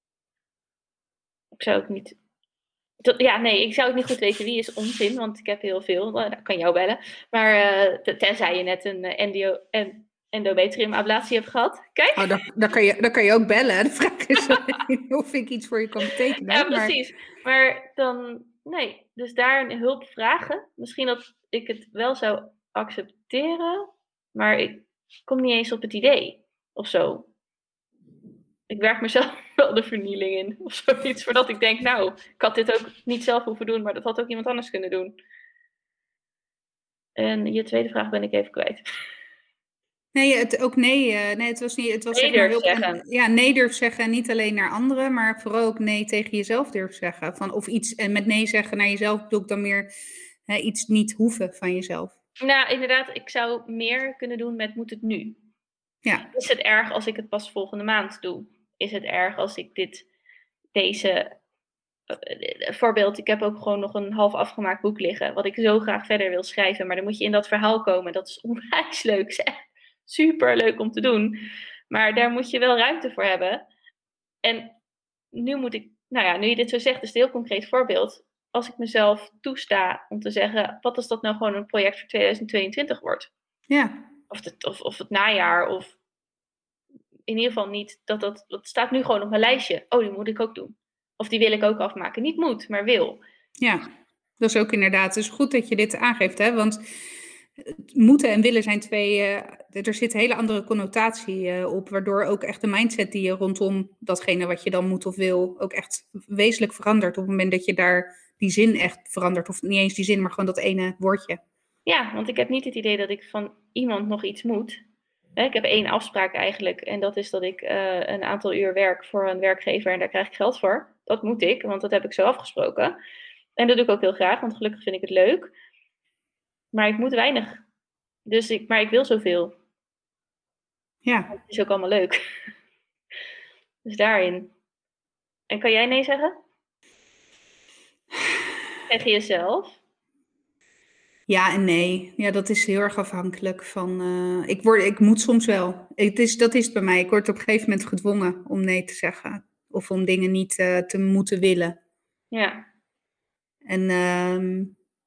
Ik zou ook niet... Ja, nee, ik zou ook niet goed weten wie is onzin, want ik heb heel veel. Nou, ik kan jou bellen. Maar uh, tenzij je net een uh, endio, en, endometriumablatie hebt gehad. Kijk. Oh, dan, dan, kan je, dan kan je ook bellen. De vraag is of ik iets voor je kan betekenen. Ja, precies. Maar, maar dan, nee. Dus daar een hulp vragen. Misschien dat ik het wel zou accepteren, maar ik kom niet eens op het idee of zo. Ik werk mezelf wel de vernieling in. Of zoiets. Voordat ik denk, nou, ik had dit ook niet zelf hoeven doen. Maar dat had ook iemand anders kunnen doen. En je tweede vraag ben ik even kwijt. Nee, het, ook nee. Uh, nee, het was niet... Het was nee zeg maar durf heel, zeggen. Ja, nee durf zeggen. En niet alleen naar anderen. Maar vooral ook nee tegen jezelf durf zeggen. Van, of iets... En met nee zeggen naar jezelf bedoel ik dan meer... Hè, iets niet hoeven van jezelf. Nou, inderdaad. Ik zou meer kunnen doen met moet het nu. Ja. Is het erg als ik het pas volgende maand doe? Is het erg als ik dit, deze, uh, voorbeeld, ik heb ook gewoon nog een half afgemaakt boek liggen, wat ik zo graag verder wil schrijven, maar dan moet je in dat verhaal komen. Dat is onwijs leuk, is echt super leuk om te doen, maar daar moet je wel ruimte voor hebben. En nu moet ik, nou ja, nu je dit zo zegt, is het een heel concreet voorbeeld. Als ik mezelf toesta om te zeggen, wat als dat nou gewoon een project voor tweeduizend tweeëntwintig wordt? Ja. Of het, of, of het najaar, of in ieder geval niet, dat, dat dat staat nu gewoon op mijn lijstje. Oh, die moet ik ook doen. Of die wil ik ook afmaken. Niet moet, maar wil. Ja, dat is ook inderdaad. Het is goed dat je dit aangeeft, hè? Want moeten en willen zijn twee... Uh, er zit een hele andere connotatie uh, op, waardoor ook echt de mindset die je rondom datgene wat je dan moet of wil, ook echt wezenlijk verandert op het moment dat je daar die zin echt verandert. Of niet eens die zin, maar gewoon dat ene woordje. Ja, want ik heb niet het idee dat ik van iemand nog iets moet. Ik heb één afspraak eigenlijk. En dat is dat ik uh, een aantal uur werk voor een werkgever en daar krijg ik geld voor. Dat moet ik, want dat heb ik zo afgesproken. En dat doe ik ook heel graag, want gelukkig vind ik het leuk. Maar ik moet weinig. Dus ik, maar ik wil zoveel. Ja. Het is ook allemaal leuk. Dus daarin. En kan jij nee zeggen? Tegen jezelf? Ja en nee. Ja, dat is heel erg afhankelijk van... Uh, ik, word, ik moet soms wel. Het is, dat is het bij mij. Ik word op een gegeven moment gedwongen om nee te zeggen. Of om dingen niet uh, te moeten willen. Ja. En uh,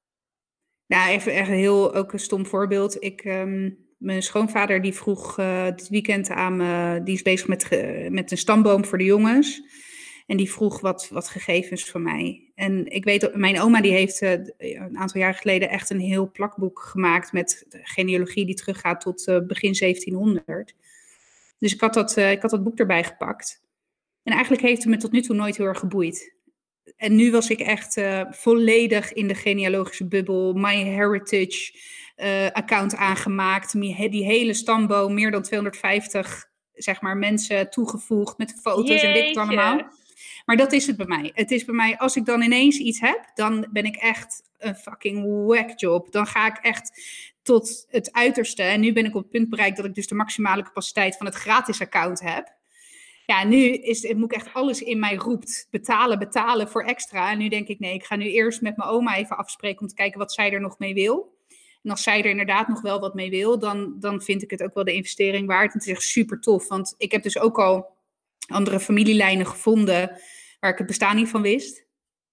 nou, even echt heel ook een stom voorbeeld. Ik, um, mijn schoonvader die vroeg uh, dit weekend aan me... Die is bezig met, uh, met een stamboom voor de jongens... En die vroeg wat, wat gegevens van mij. En ik weet, mijn oma die heeft uh, een aantal jaar geleden echt een heel plakboek gemaakt met genealogie die teruggaat tot uh, begin zeventienhonderd. Dus ik had, dat, uh, ik had dat boek erbij gepakt. En eigenlijk heeft het me tot nu toe nooit heel erg geboeid. En nu was ik echt uh, volledig in de genealogische bubbel. MyHeritage uh, account aangemaakt. Die hele stamboom, meer dan tweehonderdvijftig zeg maar, mensen toegevoegd met foto's Jeetje. En dit allemaal. Maar dat is het bij mij. Het is bij mij, als ik dan ineens iets heb, dan ben ik echt een fucking whackjob. Dan ga ik echt tot het uiterste. En nu ben ik op het punt bereikt dat ik dus de maximale capaciteit van het gratis account heb. Ja, nu is, moet ik echt alles in mij roept. Betalen, betalen voor extra. En nu denk ik, nee, ik ga nu eerst met mijn oma even afspreken om te kijken wat zij er nog mee wil. En als zij er inderdaad nog wel wat mee wil, dan, dan vind ik het ook wel de investering waard. En het is echt super tof, want ik heb dus ook al andere familielijnen gevonden waar ik het bestaan niet van wist.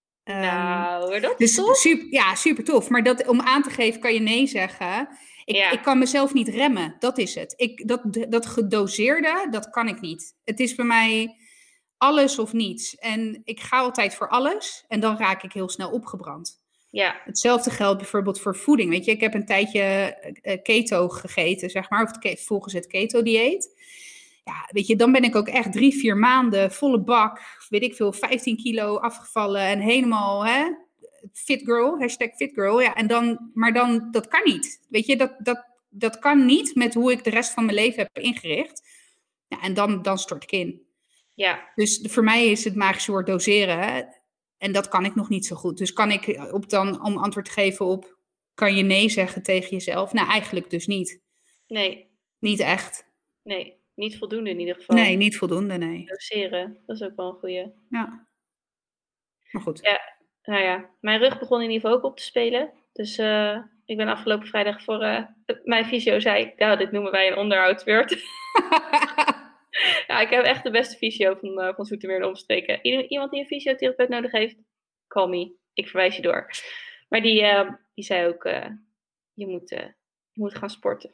Nou, um, dat dus is tof. Super, ja, super tof. Maar dat, om aan te geven kan je nee zeggen. Ik, ja. ik kan mezelf niet remmen, dat is het. Ik, dat, dat gedoseerde, dat kan ik niet. Het is bij mij alles of niets. En ik ga altijd voor alles en dan raak ik heel snel opgebrand. Ja. Hetzelfde geldt bijvoorbeeld voor voeding. Weet je, ik heb een tijdje uh, keto gegeten, zeg maar, of het, volgens het keto-dieet. Ja, weet je, dan ben ik ook echt drie, vier maanden volle bak, weet ik veel, vijftien kilo afgevallen en helemaal, hè, fit girl, hashtag fit girl. Ja, en dan, maar dan, dat kan niet. Weet je, dat, dat, dat kan niet met hoe ik de rest van mijn leven heb ingericht. Ja, en dan, dan stort ik in. Ja. Dus voor mij is het magische woord doseren, hè? En dat kan ik nog niet zo goed. Dus kan ik op dan, om antwoord te geven op, kan je nee zeggen tegen jezelf? Nou, eigenlijk dus niet. Nee. Niet echt. Nee, niet voldoende in ieder geval. Nee, niet voldoende, nee. Doseren, dat is ook wel een goeie. Ja. Maar goed. Ja, nou ja, mijn rug begon in ieder geval ook op te spelen. Dus uh, ik ben afgelopen vrijdag voor uh, mijn fysio zei, nou, dit noemen wij een onderhoudsbeurt. Ja, ik heb echt de beste fysio van, uh, van Zoetermeer en omstreken. I- iemand die een fysiotherapeut nodig heeft, call me. Ik verwijs je door. Maar die, uh, die zei ook, uh, je, moet, uh, je moet gaan sporten.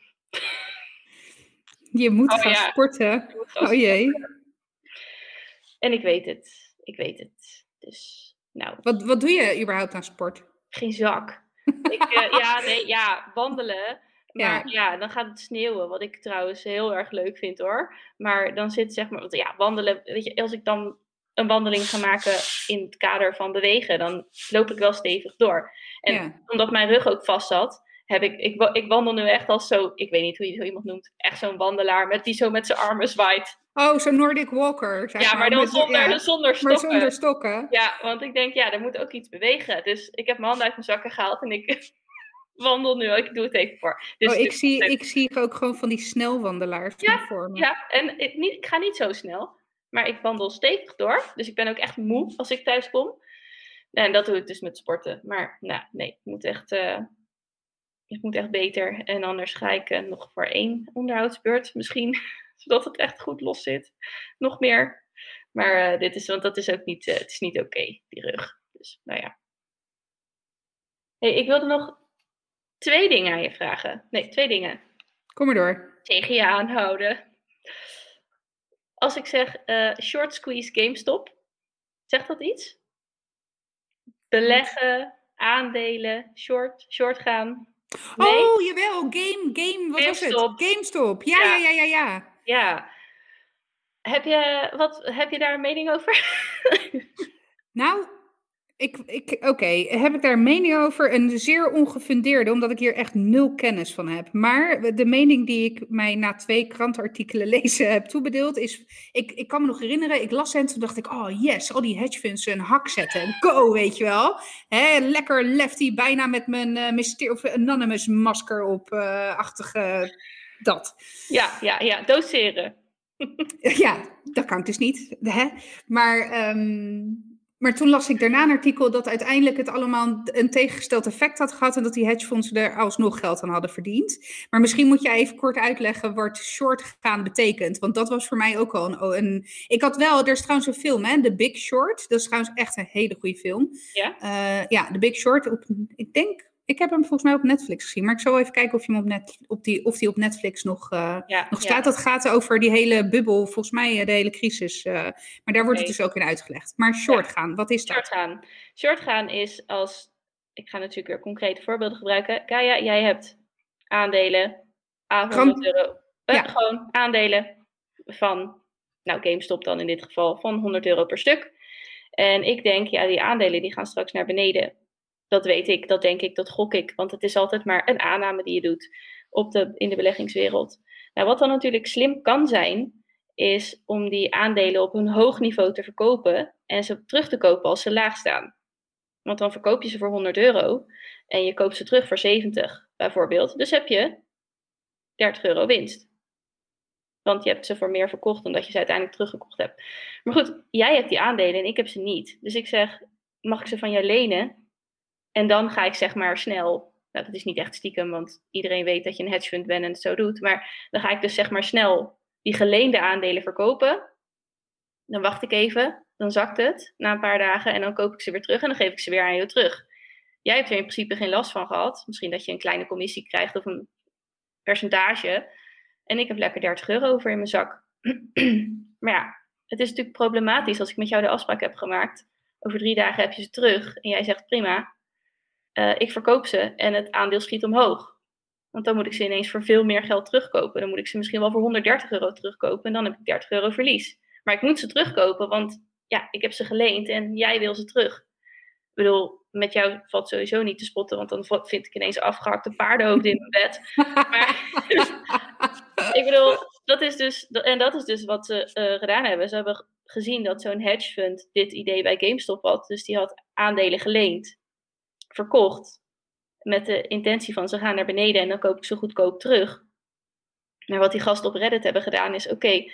Je moet oh, gaan ja. sporten? Moet gaan oh jee. Sporten. En ik weet het. Ik weet het. Dus, nou. Wat, wat doe je überhaupt aan sport? Geen zak. ik, uh, ja, nee, ja, wandelen. Maar ja. ja, dan gaat het sneeuwen. Wat ik trouwens heel erg leuk vind hoor. Maar dan zit zeg maar, ja, wandelen. Weet je, als ik dan een wandeling ga maken in het kader van bewegen, dan loop ik wel stevig door. En ja. omdat mijn rug ook vast zat, heb ik, ik, ik wandel nu echt als zo, ik weet niet hoe je zo iemand noemt, echt zo'n wandelaar met die zo met zijn armen zwaait. Oh, zo'n Nordic walker. Zeg ja, maar, maar dan met, zonder, ja, zonder stokken. Maar zonder stokken. Ja, want ik denk, ja, er moet ook iets bewegen. Dus ik heb mijn handen uit mijn zakken gehaald en ik wandel nu. Ik doe het even voor. Dus oh, ik, zie, ik zie ook gewoon van die snelwandelaars ja, voor me. Ja, en ik, niet, ik ga niet zo snel. Maar ik wandel stevig door. Dus ik ben ook echt moe als ik thuis kom. En dat doe ik dus met sporten. Maar nou, nee, ik moet echt, uh, ik moet echt beter. En anders ga ik uh, nog voor één onderhoudsbeurt misschien. Zodat het echt goed los zit. Nog meer. Maar uh, dit is, want dat is ook niet, uh, het is niet oké, okay, die rug. Dus, nou ja. Hey, ik wilde nog twee dingen aan je vragen. Nee, twee dingen. Kom maar door. Tegen je aanhouden. Als ik zeg uh, short squeeze GameStop, zegt dat iets? Beleggen, aandelen, short, short gaan. Nee? Oh, jawel, game, game, wat GameStop. was het? GameStop, ja, ja, ja, ja, ja. Ja. Heb je, wat, heb je daar een mening over? Nou, Ik, ik, Oké, heb ik daar een mening over? Een zeer ongefundeerde, omdat ik hier echt nul kennis van heb. Maar de mening die ik mij na twee krantenartikelen lezen heb toebedeeld is... Ik, ik kan me nog herinneren, ik las en toen dacht ik... Oh yes, al die hedge funds een hak zetten. Go, weet je wel. Hè, lekker lefty, bijna met mijn uh, mysterie, of anonymous masker op. Uh, achtige dat. Ja, ja, ja, doseren. Ja, dat kan ik dus niet. Hè? Maar... Um, Maar toen las ik daarna een artikel dat uiteindelijk het allemaal een tegengesteld effect had gehad en dat die hedgefondsen er alsnog geld aan hadden verdiend. Maar misschien moet jij even kort uitleggen wat short gaan betekent. Want dat was voor mij ook al een... een ik had wel, er is trouwens een film, hè, The Big Short. Dat is trouwens echt een hele goede film. Ja? Uh, ja, The Big Short. Op, ik denk... Ik heb hem volgens mij op Netflix gezien, maar ik zal even kijken of, je hem op, net, op, die, of die op Netflix nog, uh, ja, nog staat. Ja. Dat gaat over die hele bubbel, volgens mij de hele crisis. Uh, maar daar okay. wordt het dus ook in uitgelegd. Maar short ja. gaan, wat is dat? Short gaan. Short gaan is als, ik ga natuurlijk weer concrete voorbeelden gebruiken. Kaya, jij hebt aandelen, A honderd euro. Uh, ja. Gewoon aandelen van, nou GameStop dan in dit geval, van honderd euro per stuk. En ik denk, ja die aandelen die gaan straks naar beneden. Dat weet ik, dat denk ik, dat gok ik. Want het is altijd maar een aanname die je doet op de, in de beleggingswereld. Nou, wat dan natuurlijk slim kan zijn, is om die aandelen op een hoog niveau te verkopen en ze terug te kopen als ze laag staan. Want dan verkoop je ze voor honderd euro en je koopt ze terug voor zeventig bijvoorbeeld. Dus heb je dertig euro winst. Want je hebt ze voor meer verkocht dan dat je ze uiteindelijk teruggekocht hebt. Maar goed, jij hebt die aandelen en ik heb ze niet. Dus ik zeg, mag ik ze van jou lenen? En dan ga ik zeg maar snel, nou dat is niet echt stiekem, want iedereen weet dat je een hedge fund bent en het zo doet. Maar dan ga ik dus zeg maar snel die geleende aandelen verkopen. Dan wacht ik even, dan zakt het na een paar dagen en dan koop ik ze weer terug en dan geef ik ze weer aan jou terug. Jij hebt er in principe geen last van gehad. Misschien dat je een kleine commissie krijgt of een percentage. En ik heb lekker dertig euro over in mijn zak. Maar ja, het is natuurlijk problematisch als ik met jou de afspraak heb gemaakt. Over drie dagen heb je ze terug en jij zegt prima. Uh, ik verkoop ze en het aandeel schiet omhoog. Want dan moet ik ze ineens voor veel meer geld terugkopen. Dan moet ik ze misschien wel voor honderddertig euro terugkopen en dan heb ik dertig euro verlies. Maar ik moet ze terugkopen, want ja, ik heb ze geleend en jij wil ze terug. Ik bedoel, met jou valt sowieso niet te spotten, want dan vind ik ineens afgehakte paardenhoofd in mijn bed. Maar ik bedoel, dat is dus, en dat is dus wat ze uh, gedaan hebben. Ze hebben gezien dat zo'n hedge fund dit idee bij GameStop had. Dus die had aandelen geleend, verkocht, met de intentie van ze gaan naar beneden en dan koop ik ze goedkoop terug. Maar wat die gasten op Reddit hebben gedaan is, oké, okay,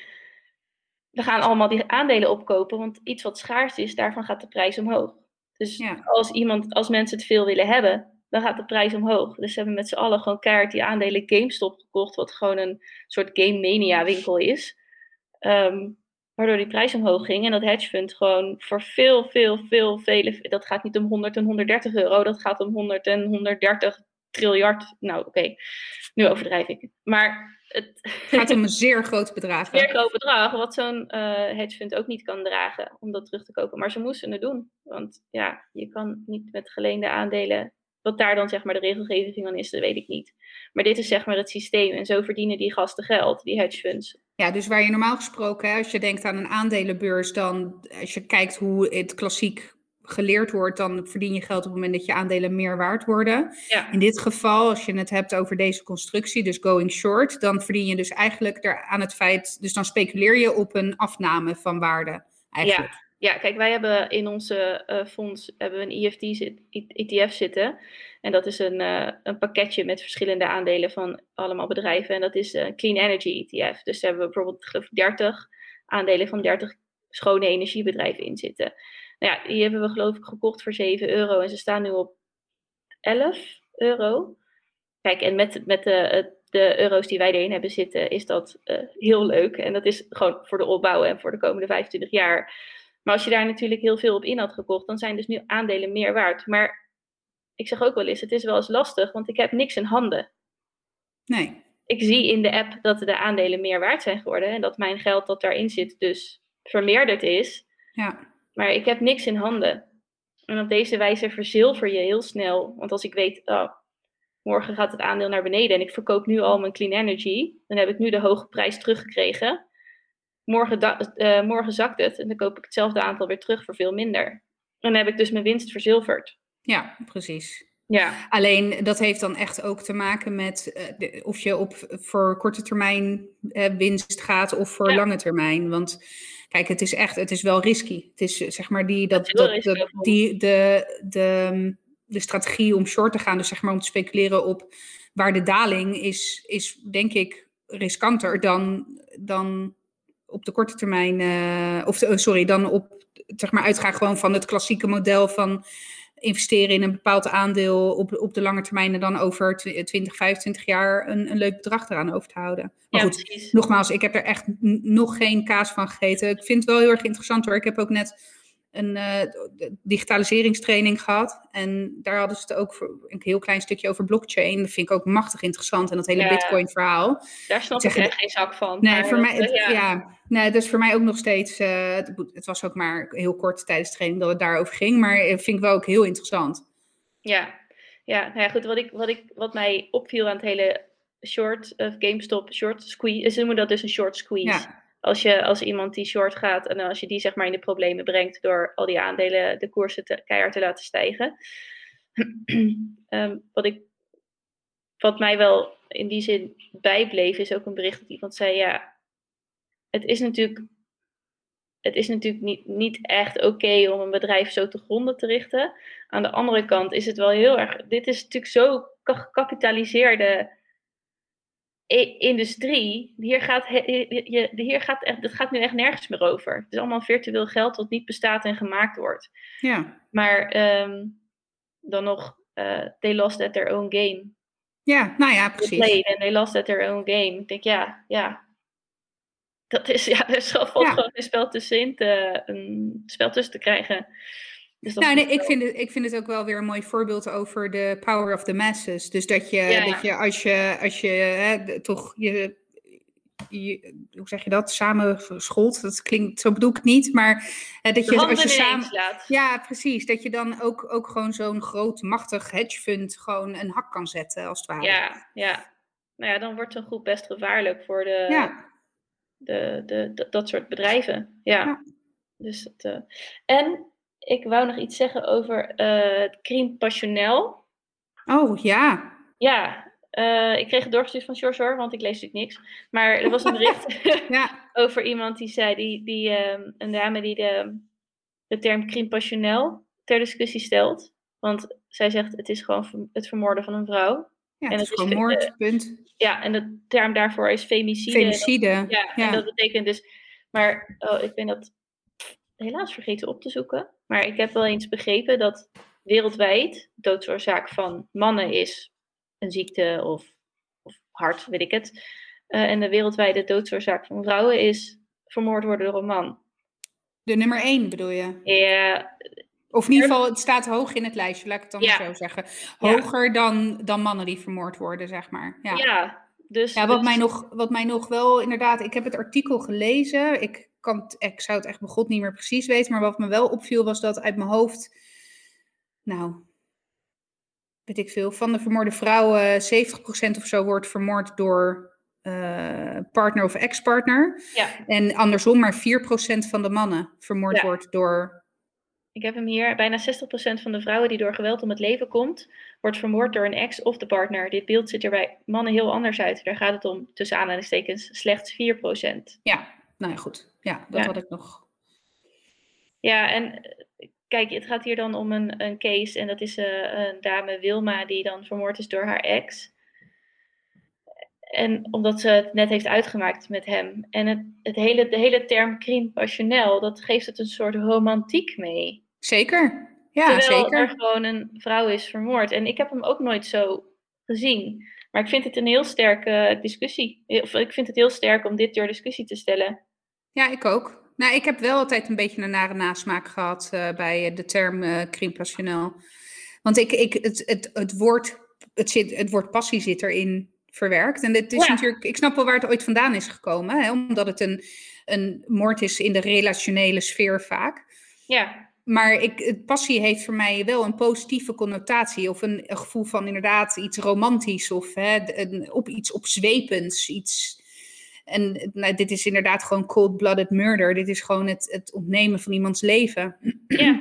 we gaan allemaal die aandelen opkopen, want iets wat schaars is, daarvan gaat de prijs omhoog. Dus ja. als, iemand, als mensen het veel willen hebben, dan gaat de prijs omhoog. Dus ze hebben met z'n allen gewoon keihard die aandelen GameStop gekocht, wat gewoon een soort Game Mania winkel is. Um, waardoor die prijs omhoog ging en dat hedge fund gewoon voor veel, veel, veel, vele, dat gaat niet om honderd en honderddertig euro, dat gaat om honderd en honderddertig triljard. Nou, oké, okay. Nu overdrijf ik. Maar het gaat om een zeer groot bedrag. Een zeer groot bedrag, wat zo'n uh, hedge fund ook niet kan dragen om dat terug te kopen. Maar ze moesten het doen, want ja, je kan niet met geleende aandelen. Wat daar dan zeg maar de regelgeving van is, dat weet ik niet. Maar dit is zeg maar het systeem en zo verdienen die gasten geld, die hedge funds. Ja, dus waar je normaal gesproken, hè, als je denkt aan een aandelenbeurs, dan als je kijkt hoe het klassiek geleerd wordt, dan verdien je geld op het moment dat je aandelen meer waard worden. Ja. In dit geval, als je het hebt over deze constructie, dus going short, dan verdien je dus eigenlijk er aan het feit, dus dan speculeer je op een afname van waarde eigenlijk. Ja. Ja, kijk, wij hebben in onze uh, fonds hebben we een E F T zit, E T F zitten. En dat is een, uh, een pakketje met verschillende aandelen van allemaal bedrijven. En dat is een Clean Energy E T F. Dus daar hebben we bijvoorbeeld geloof ik dertig aandelen van dertig schone energiebedrijven in zitten. Nou ja, die hebben we geloof ik gekocht voor zeven euro. En ze staan nu op elf euro. Kijk, en met, met de, de euro's die wij erin hebben zitten, is dat uh, heel leuk. En dat is gewoon voor de opbouw en voor de komende vijfentwintig jaar. Maar als je daar natuurlijk heel veel op in had gekocht, dan zijn dus nu aandelen meer waard. Maar ik zeg ook wel eens, het is wel eens lastig, want ik heb niks in handen. Nee. Ik zie in de app dat de aandelen meer waard zijn geworden en dat mijn geld dat daarin zit dus vermeerderd is. Ja. Maar ik heb niks in handen. En op deze wijze verzilver je heel snel. Want als ik weet, oh, morgen gaat het aandeel naar beneden en ik verkoop nu al mijn clean energy, dan heb ik nu de hoge prijs teruggekregen. Morgen, da- uh, morgen zakt het en dan koop ik hetzelfde aantal weer terug voor veel minder. dan heb ik dus mijn winst verzilverd. Ja, precies. Ja. Alleen dat heeft dan echt ook te maken met uh, de, of je op voor korte termijn uh, winst gaat of voor ja. lange termijn. Want kijk, het is echt, het is wel risky. Het is zeg maar die, dat, dat, dat, dat die, de, de, de strategie om short te gaan, dus zeg maar om te speculeren op waar de daling is, is denk ik riskanter dan, dan op de korte termijn, uh, of uh, sorry, dan op, zeg maar uitgaan gewoon van het klassieke model van investeren in een bepaald aandeel op, op de lange termijn en dan over twintig, vijfentwintig jaar een, een leuk bedrag eraan over te houden. Maar ja, goed, precies. Nogmaals, ik heb er echt n- nog geen kaas van gegeten. Ik vind het wel heel erg interessant hoor. Ik heb ook net een uh, digitaliseringstraining gehad en daar hadden ze het ook voor een heel klein stukje over blockchain. Dat vind ik ook machtig interessant en dat hele ja, Bitcoin verhaal. Daar snap ik, ik echt geen zak van. Nee, maar voor mij, het, ja. Ja, nee, dat is voor mij ook nog steeds, uh, het, het was ook maar heel kort tijdens de training dat het daarover ging, maar het vind ik wel ook heel interessant. Ja, ja, nou ja goed, wat, ik, wat, ik, wat mij opviel aan het hele short, of uh, GameStop short squeeze, ze noemen dat dus een short squeeze. Ja. Als, je, als iemand die short gaat en als je die zeg maar in de problemen brengt door al die aandelen, de koersen te, keihard te laten stijgen. um, wat, ik, wat mij wel in die zin bijbleef is ook een bericht dat iemand zei, ja, het is natuurlijk, het is natuurlijk niet, niet echt oké okay om een bedrijf zo te gronden te richten. Aan de andere kant is het wel heel erg, dit is natuurlijk zo gecapitaliseerde industrie, hier gaat, hier gaat echt, het gaat nu echt nergens meer over. Het is allemaal virtueel geld dat niet bestaat en gemaakt wordt. Ja. Maar um, dan nog, uh, they lost at their own game. Ja, nou ja, precies. En they lost at their own game. Ik denk, ja, ja. Dat is, ja, er valt ja. gewoon een spel tussenin te, een spel tussen te krijgen. Dus nou, nee, ik, vind het, ik vind het ook wel weer een mooi voorbeeld over de power of the masses. Dus dat je, ja. dat je als je, als je hè, toch je, je, hoe zeg je dat, samen schold, dat klinkt, zo bedoel ik het niet, maar hè, dat je als je samen, slaat. Ja, precies, dat je dan ook, ook gewoon zo'n groot, machtig hedgefund gewoon een hak kan zetten, als het ware. Ja, ja. Nou ja, dan wordt zo'n groep best gevaarlijk voor de, ja. de, de, de, dat soort bedrijven. Ja. ja. Dus het, uh... En ik wou nog iets zeggen over uh, het crime passionnel. Oh, ja. Ja, uh, ik kreeg het doorgestuurd van George hoor, want ik lees natuurlijk niks. Maar er was een bericht ja. over iemand die zei, die, die, uh, een dame die de, de term crime passionnel ter discussie stelt. Want zij zegt, het is gewoon het vermoorden van een vrouw. Ja, het en is het gewoon is, moord, uh, punt. Ja, en de term daarvoor is femicide. Femicide, en dat, ja, ja. En dat betekent dus... Maar oh, ik ben dat helaas vergeten op te zoeken. Maar ik heb wel eens begrepen dat wereldwijd doodsoorzaak van mannen is een ziekte of, of hart, weet ik het. Uh, en de wereldwijde doodsoorzaak van vrouwen is vermoord worden door een man. De nummer één bedoel je? Ja. Of in ieder geval, het staat hoog in het lijstje, laat ik het dan ja. maar zo zeggen. Hoger ja. dan, dan mannen die vermoord worden, zeg maar. Ja, ja dus... Ja, wat, dus... Mij nog, wat mij nog wel, inderdaad, ik heb het artikel gelezen. Ik, kan het, ik zou het echt bij God niet meer precies weten. Maar wat me wel opviel was dat uit mijn hoofd... Nou, weet ik veel. Van de vermoorde vrouwen, zeventig procent of zo wordt vermoord door uh, partner of ex-partner. Ja. En andersom maar vier procent van de mannen vermoord ja. wordt door... Ik heb hem hier. Bijna zestig procent van de vrouwen die door geweld om het leven komt, wordt vermoord door een ex of de partner. Dit beeld ziet er bij mannen heel anders uit. Daar gaat het om, tussen aanhalingstekens, slechts vier procent. Ja, nou ja, goed. Ja, dat ja. had ik nog. Ja, en kijk, het gaat hier dan om een, een case. En dat is uh, een dame, Wilma, die dan vermoord is door haar ex. En omdat ze het net heeft uitgemaakt met hem. En het, het hele, de hele term crime passionnel, dat geeft het een soort romantiek mee. Zeker, ja, Terwijl zeker. er gewoon een vrouw is vermoord. En ik heb hem ook nooit zo gezien. Maar ik vind het een heel sterke discussie. Of ik vind het heel sterk om dit ter discussie te stellen. Ja, ik ook. Nou, ik heb wel altijd een beetje een nare nasmaak gehad uh, bij de term uh, crime passionnel. Want ik, ik, het, het, het, woord, het, zit, het woord passie zit erin verwerkt. En het is ja. natuurlijk, ik snap wel waar het ooit vandaan is gekomen. Hè, omdat het een, een moord is in de relationele sfeer vaak. Ja. Maar ik, passie heeft voor mij wel een positieve connotatie. Of een, een gevoel van inderdaad iets romantisch. Of hè, een, op iets opzwepends. Iets... En nou, dit is inderdaad gewoon cold-blooded murder. Dit is gewoon het, het ontnemen van iemands leven. Ja.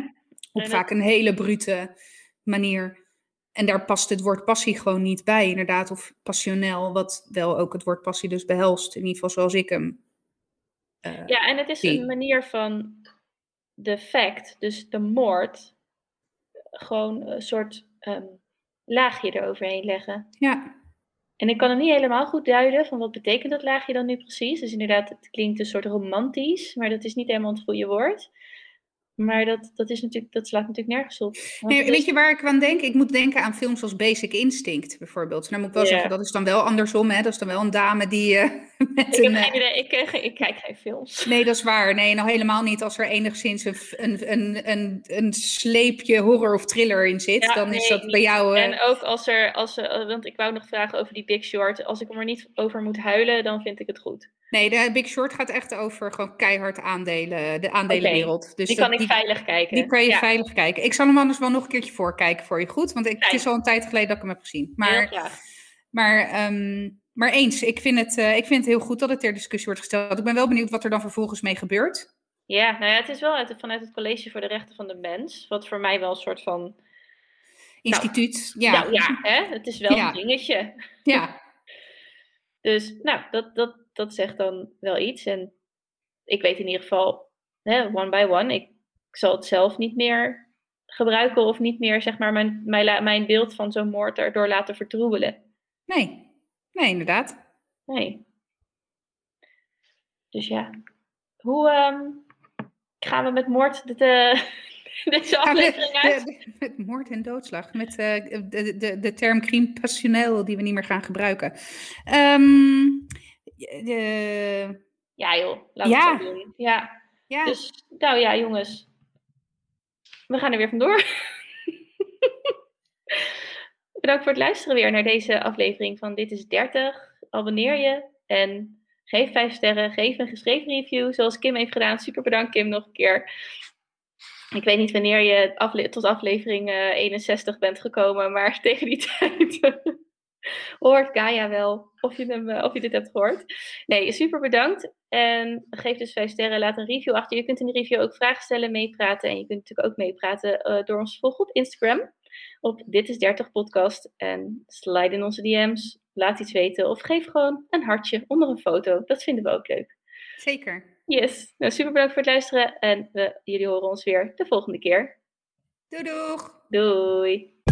Op En vaak het- een hele brute manier. En daar past het woord passie gewoon niet bij, inderdaad. Of passioneel, wat wel ook het woord passie dus behelst. In ieder geval zoals ik hem eh, ja, en het is een zie. manier van de fact, dus de moord, gewoon een soort ehm, laagje eroverheen leggen. Ja, En ik kan het niet helemaal goed duiden van wat betekent dat laagje dan nu precies. Dus inderdaad, het klinkt een soort romantisch, maar dat is niet helemaal het goede woord. Maar dat, dat, is natuurlijk, dat slaat natuurlijk nergens op. Want nee, het weet is, je waar ik aan denk? Ik moet denken aan films als Basic Instinct bijvoorbeeld. Nou moet ik wel zeggen, ja, dat is dan wel andersom. Hè? Dat is dan wel een dame die eh, met ik heb een... geen eh, idee, ik, ken geen- ik kijk geen films. Nee, dat is waar. Nee, nou helemaal niet als er enigszins een, een, een, een, een sleepje horror of thriller in zit. Ja, Dan is nee, dat bij niet. jou... eh, En ook als er, als er, want ik wou nog vragen over die Big Short. Als ik er maar niet over moet huilen, dan vind ik het goed. Nee, de Big Short gaat echt over gewoon keihard aandelen, de Oké, aandelenwereld. Dus die kan dat, ik die, veilig die kijken. kan je Ja, veilig kijken. Ik zal hem anders wel nog een keertje voorkijken voor je goed. Want ik, het is fijn. al een tijd geleden dat ik hem heb gezien. Heel Maar, graag. maar, ehm, maar eens, ik vind, het, eh, ik vind het heel goed dat het ter discussie wordt gesteld. Ik ben wel benieuwd wat er dan vervolgens mee gebeurt. Ja, nou ja, het is wel uit, vanuit het College voor de Rechten van de Mens. Wat voor mij wel een soort van. Nou, Instituut, nou ja. ja, hè, het is wel een Ja, dingetje. ja. Dus nou, dat, dat, dat zegt dan wel iets. En ik weet in ieder geval, hè, one by one, ik, ik zal het zelf niet meer gebruiken of niet meer, zeg maar, mijn, mijn, la- mijn beeld van zo'n moord erdoor laten vertroebelen. Nee, nee, inderdaad. Nee. Dus ja, hoe ehm, gaan we met moord dit, eh, deze Gaan we aflevering uit? de, de- met moord en doodslag, met eh, de, de, de term crime passionnel die we niet meer gaan gebruiken. Ehm, de- Ja joh, laten we het ja, zo doen. Ja, ja, dus nou ja jongens, we gaan er weer vandoor. Bedankt voor het luisteren weer naar deze aflevering van Dit is dertig. Abonneer je en geef vijf sterren. Geef een geschreven review zoals Kim heeft gedaan. Super bedankt Kim nog een keer. Ik weet niet wanneer je afle- tot aflevering eh, eenenzestig bent gekomen, maar tegen die tijd hoort Gaia wel of je, hem, eh, of je dit hebt gehoord. Nee, super bedankt. En geef dus vijf sterren, laat een review achter. Je kunt in de review ook vragen stellen, meepraten. En je kunt natuurlijk ook meepraten uh, door ons te volgen op Instagram. Op Dit is dertig podcast. En slide in onze D M's, laat iets weten. Of geef gewoon een hartje onder een foto. Dat vinden we ook leuk. zeker. Yes, nou, super bedankt voor het luisteren. En we, jullie horen ons weer de volgende keer. Doei doeg! Doei!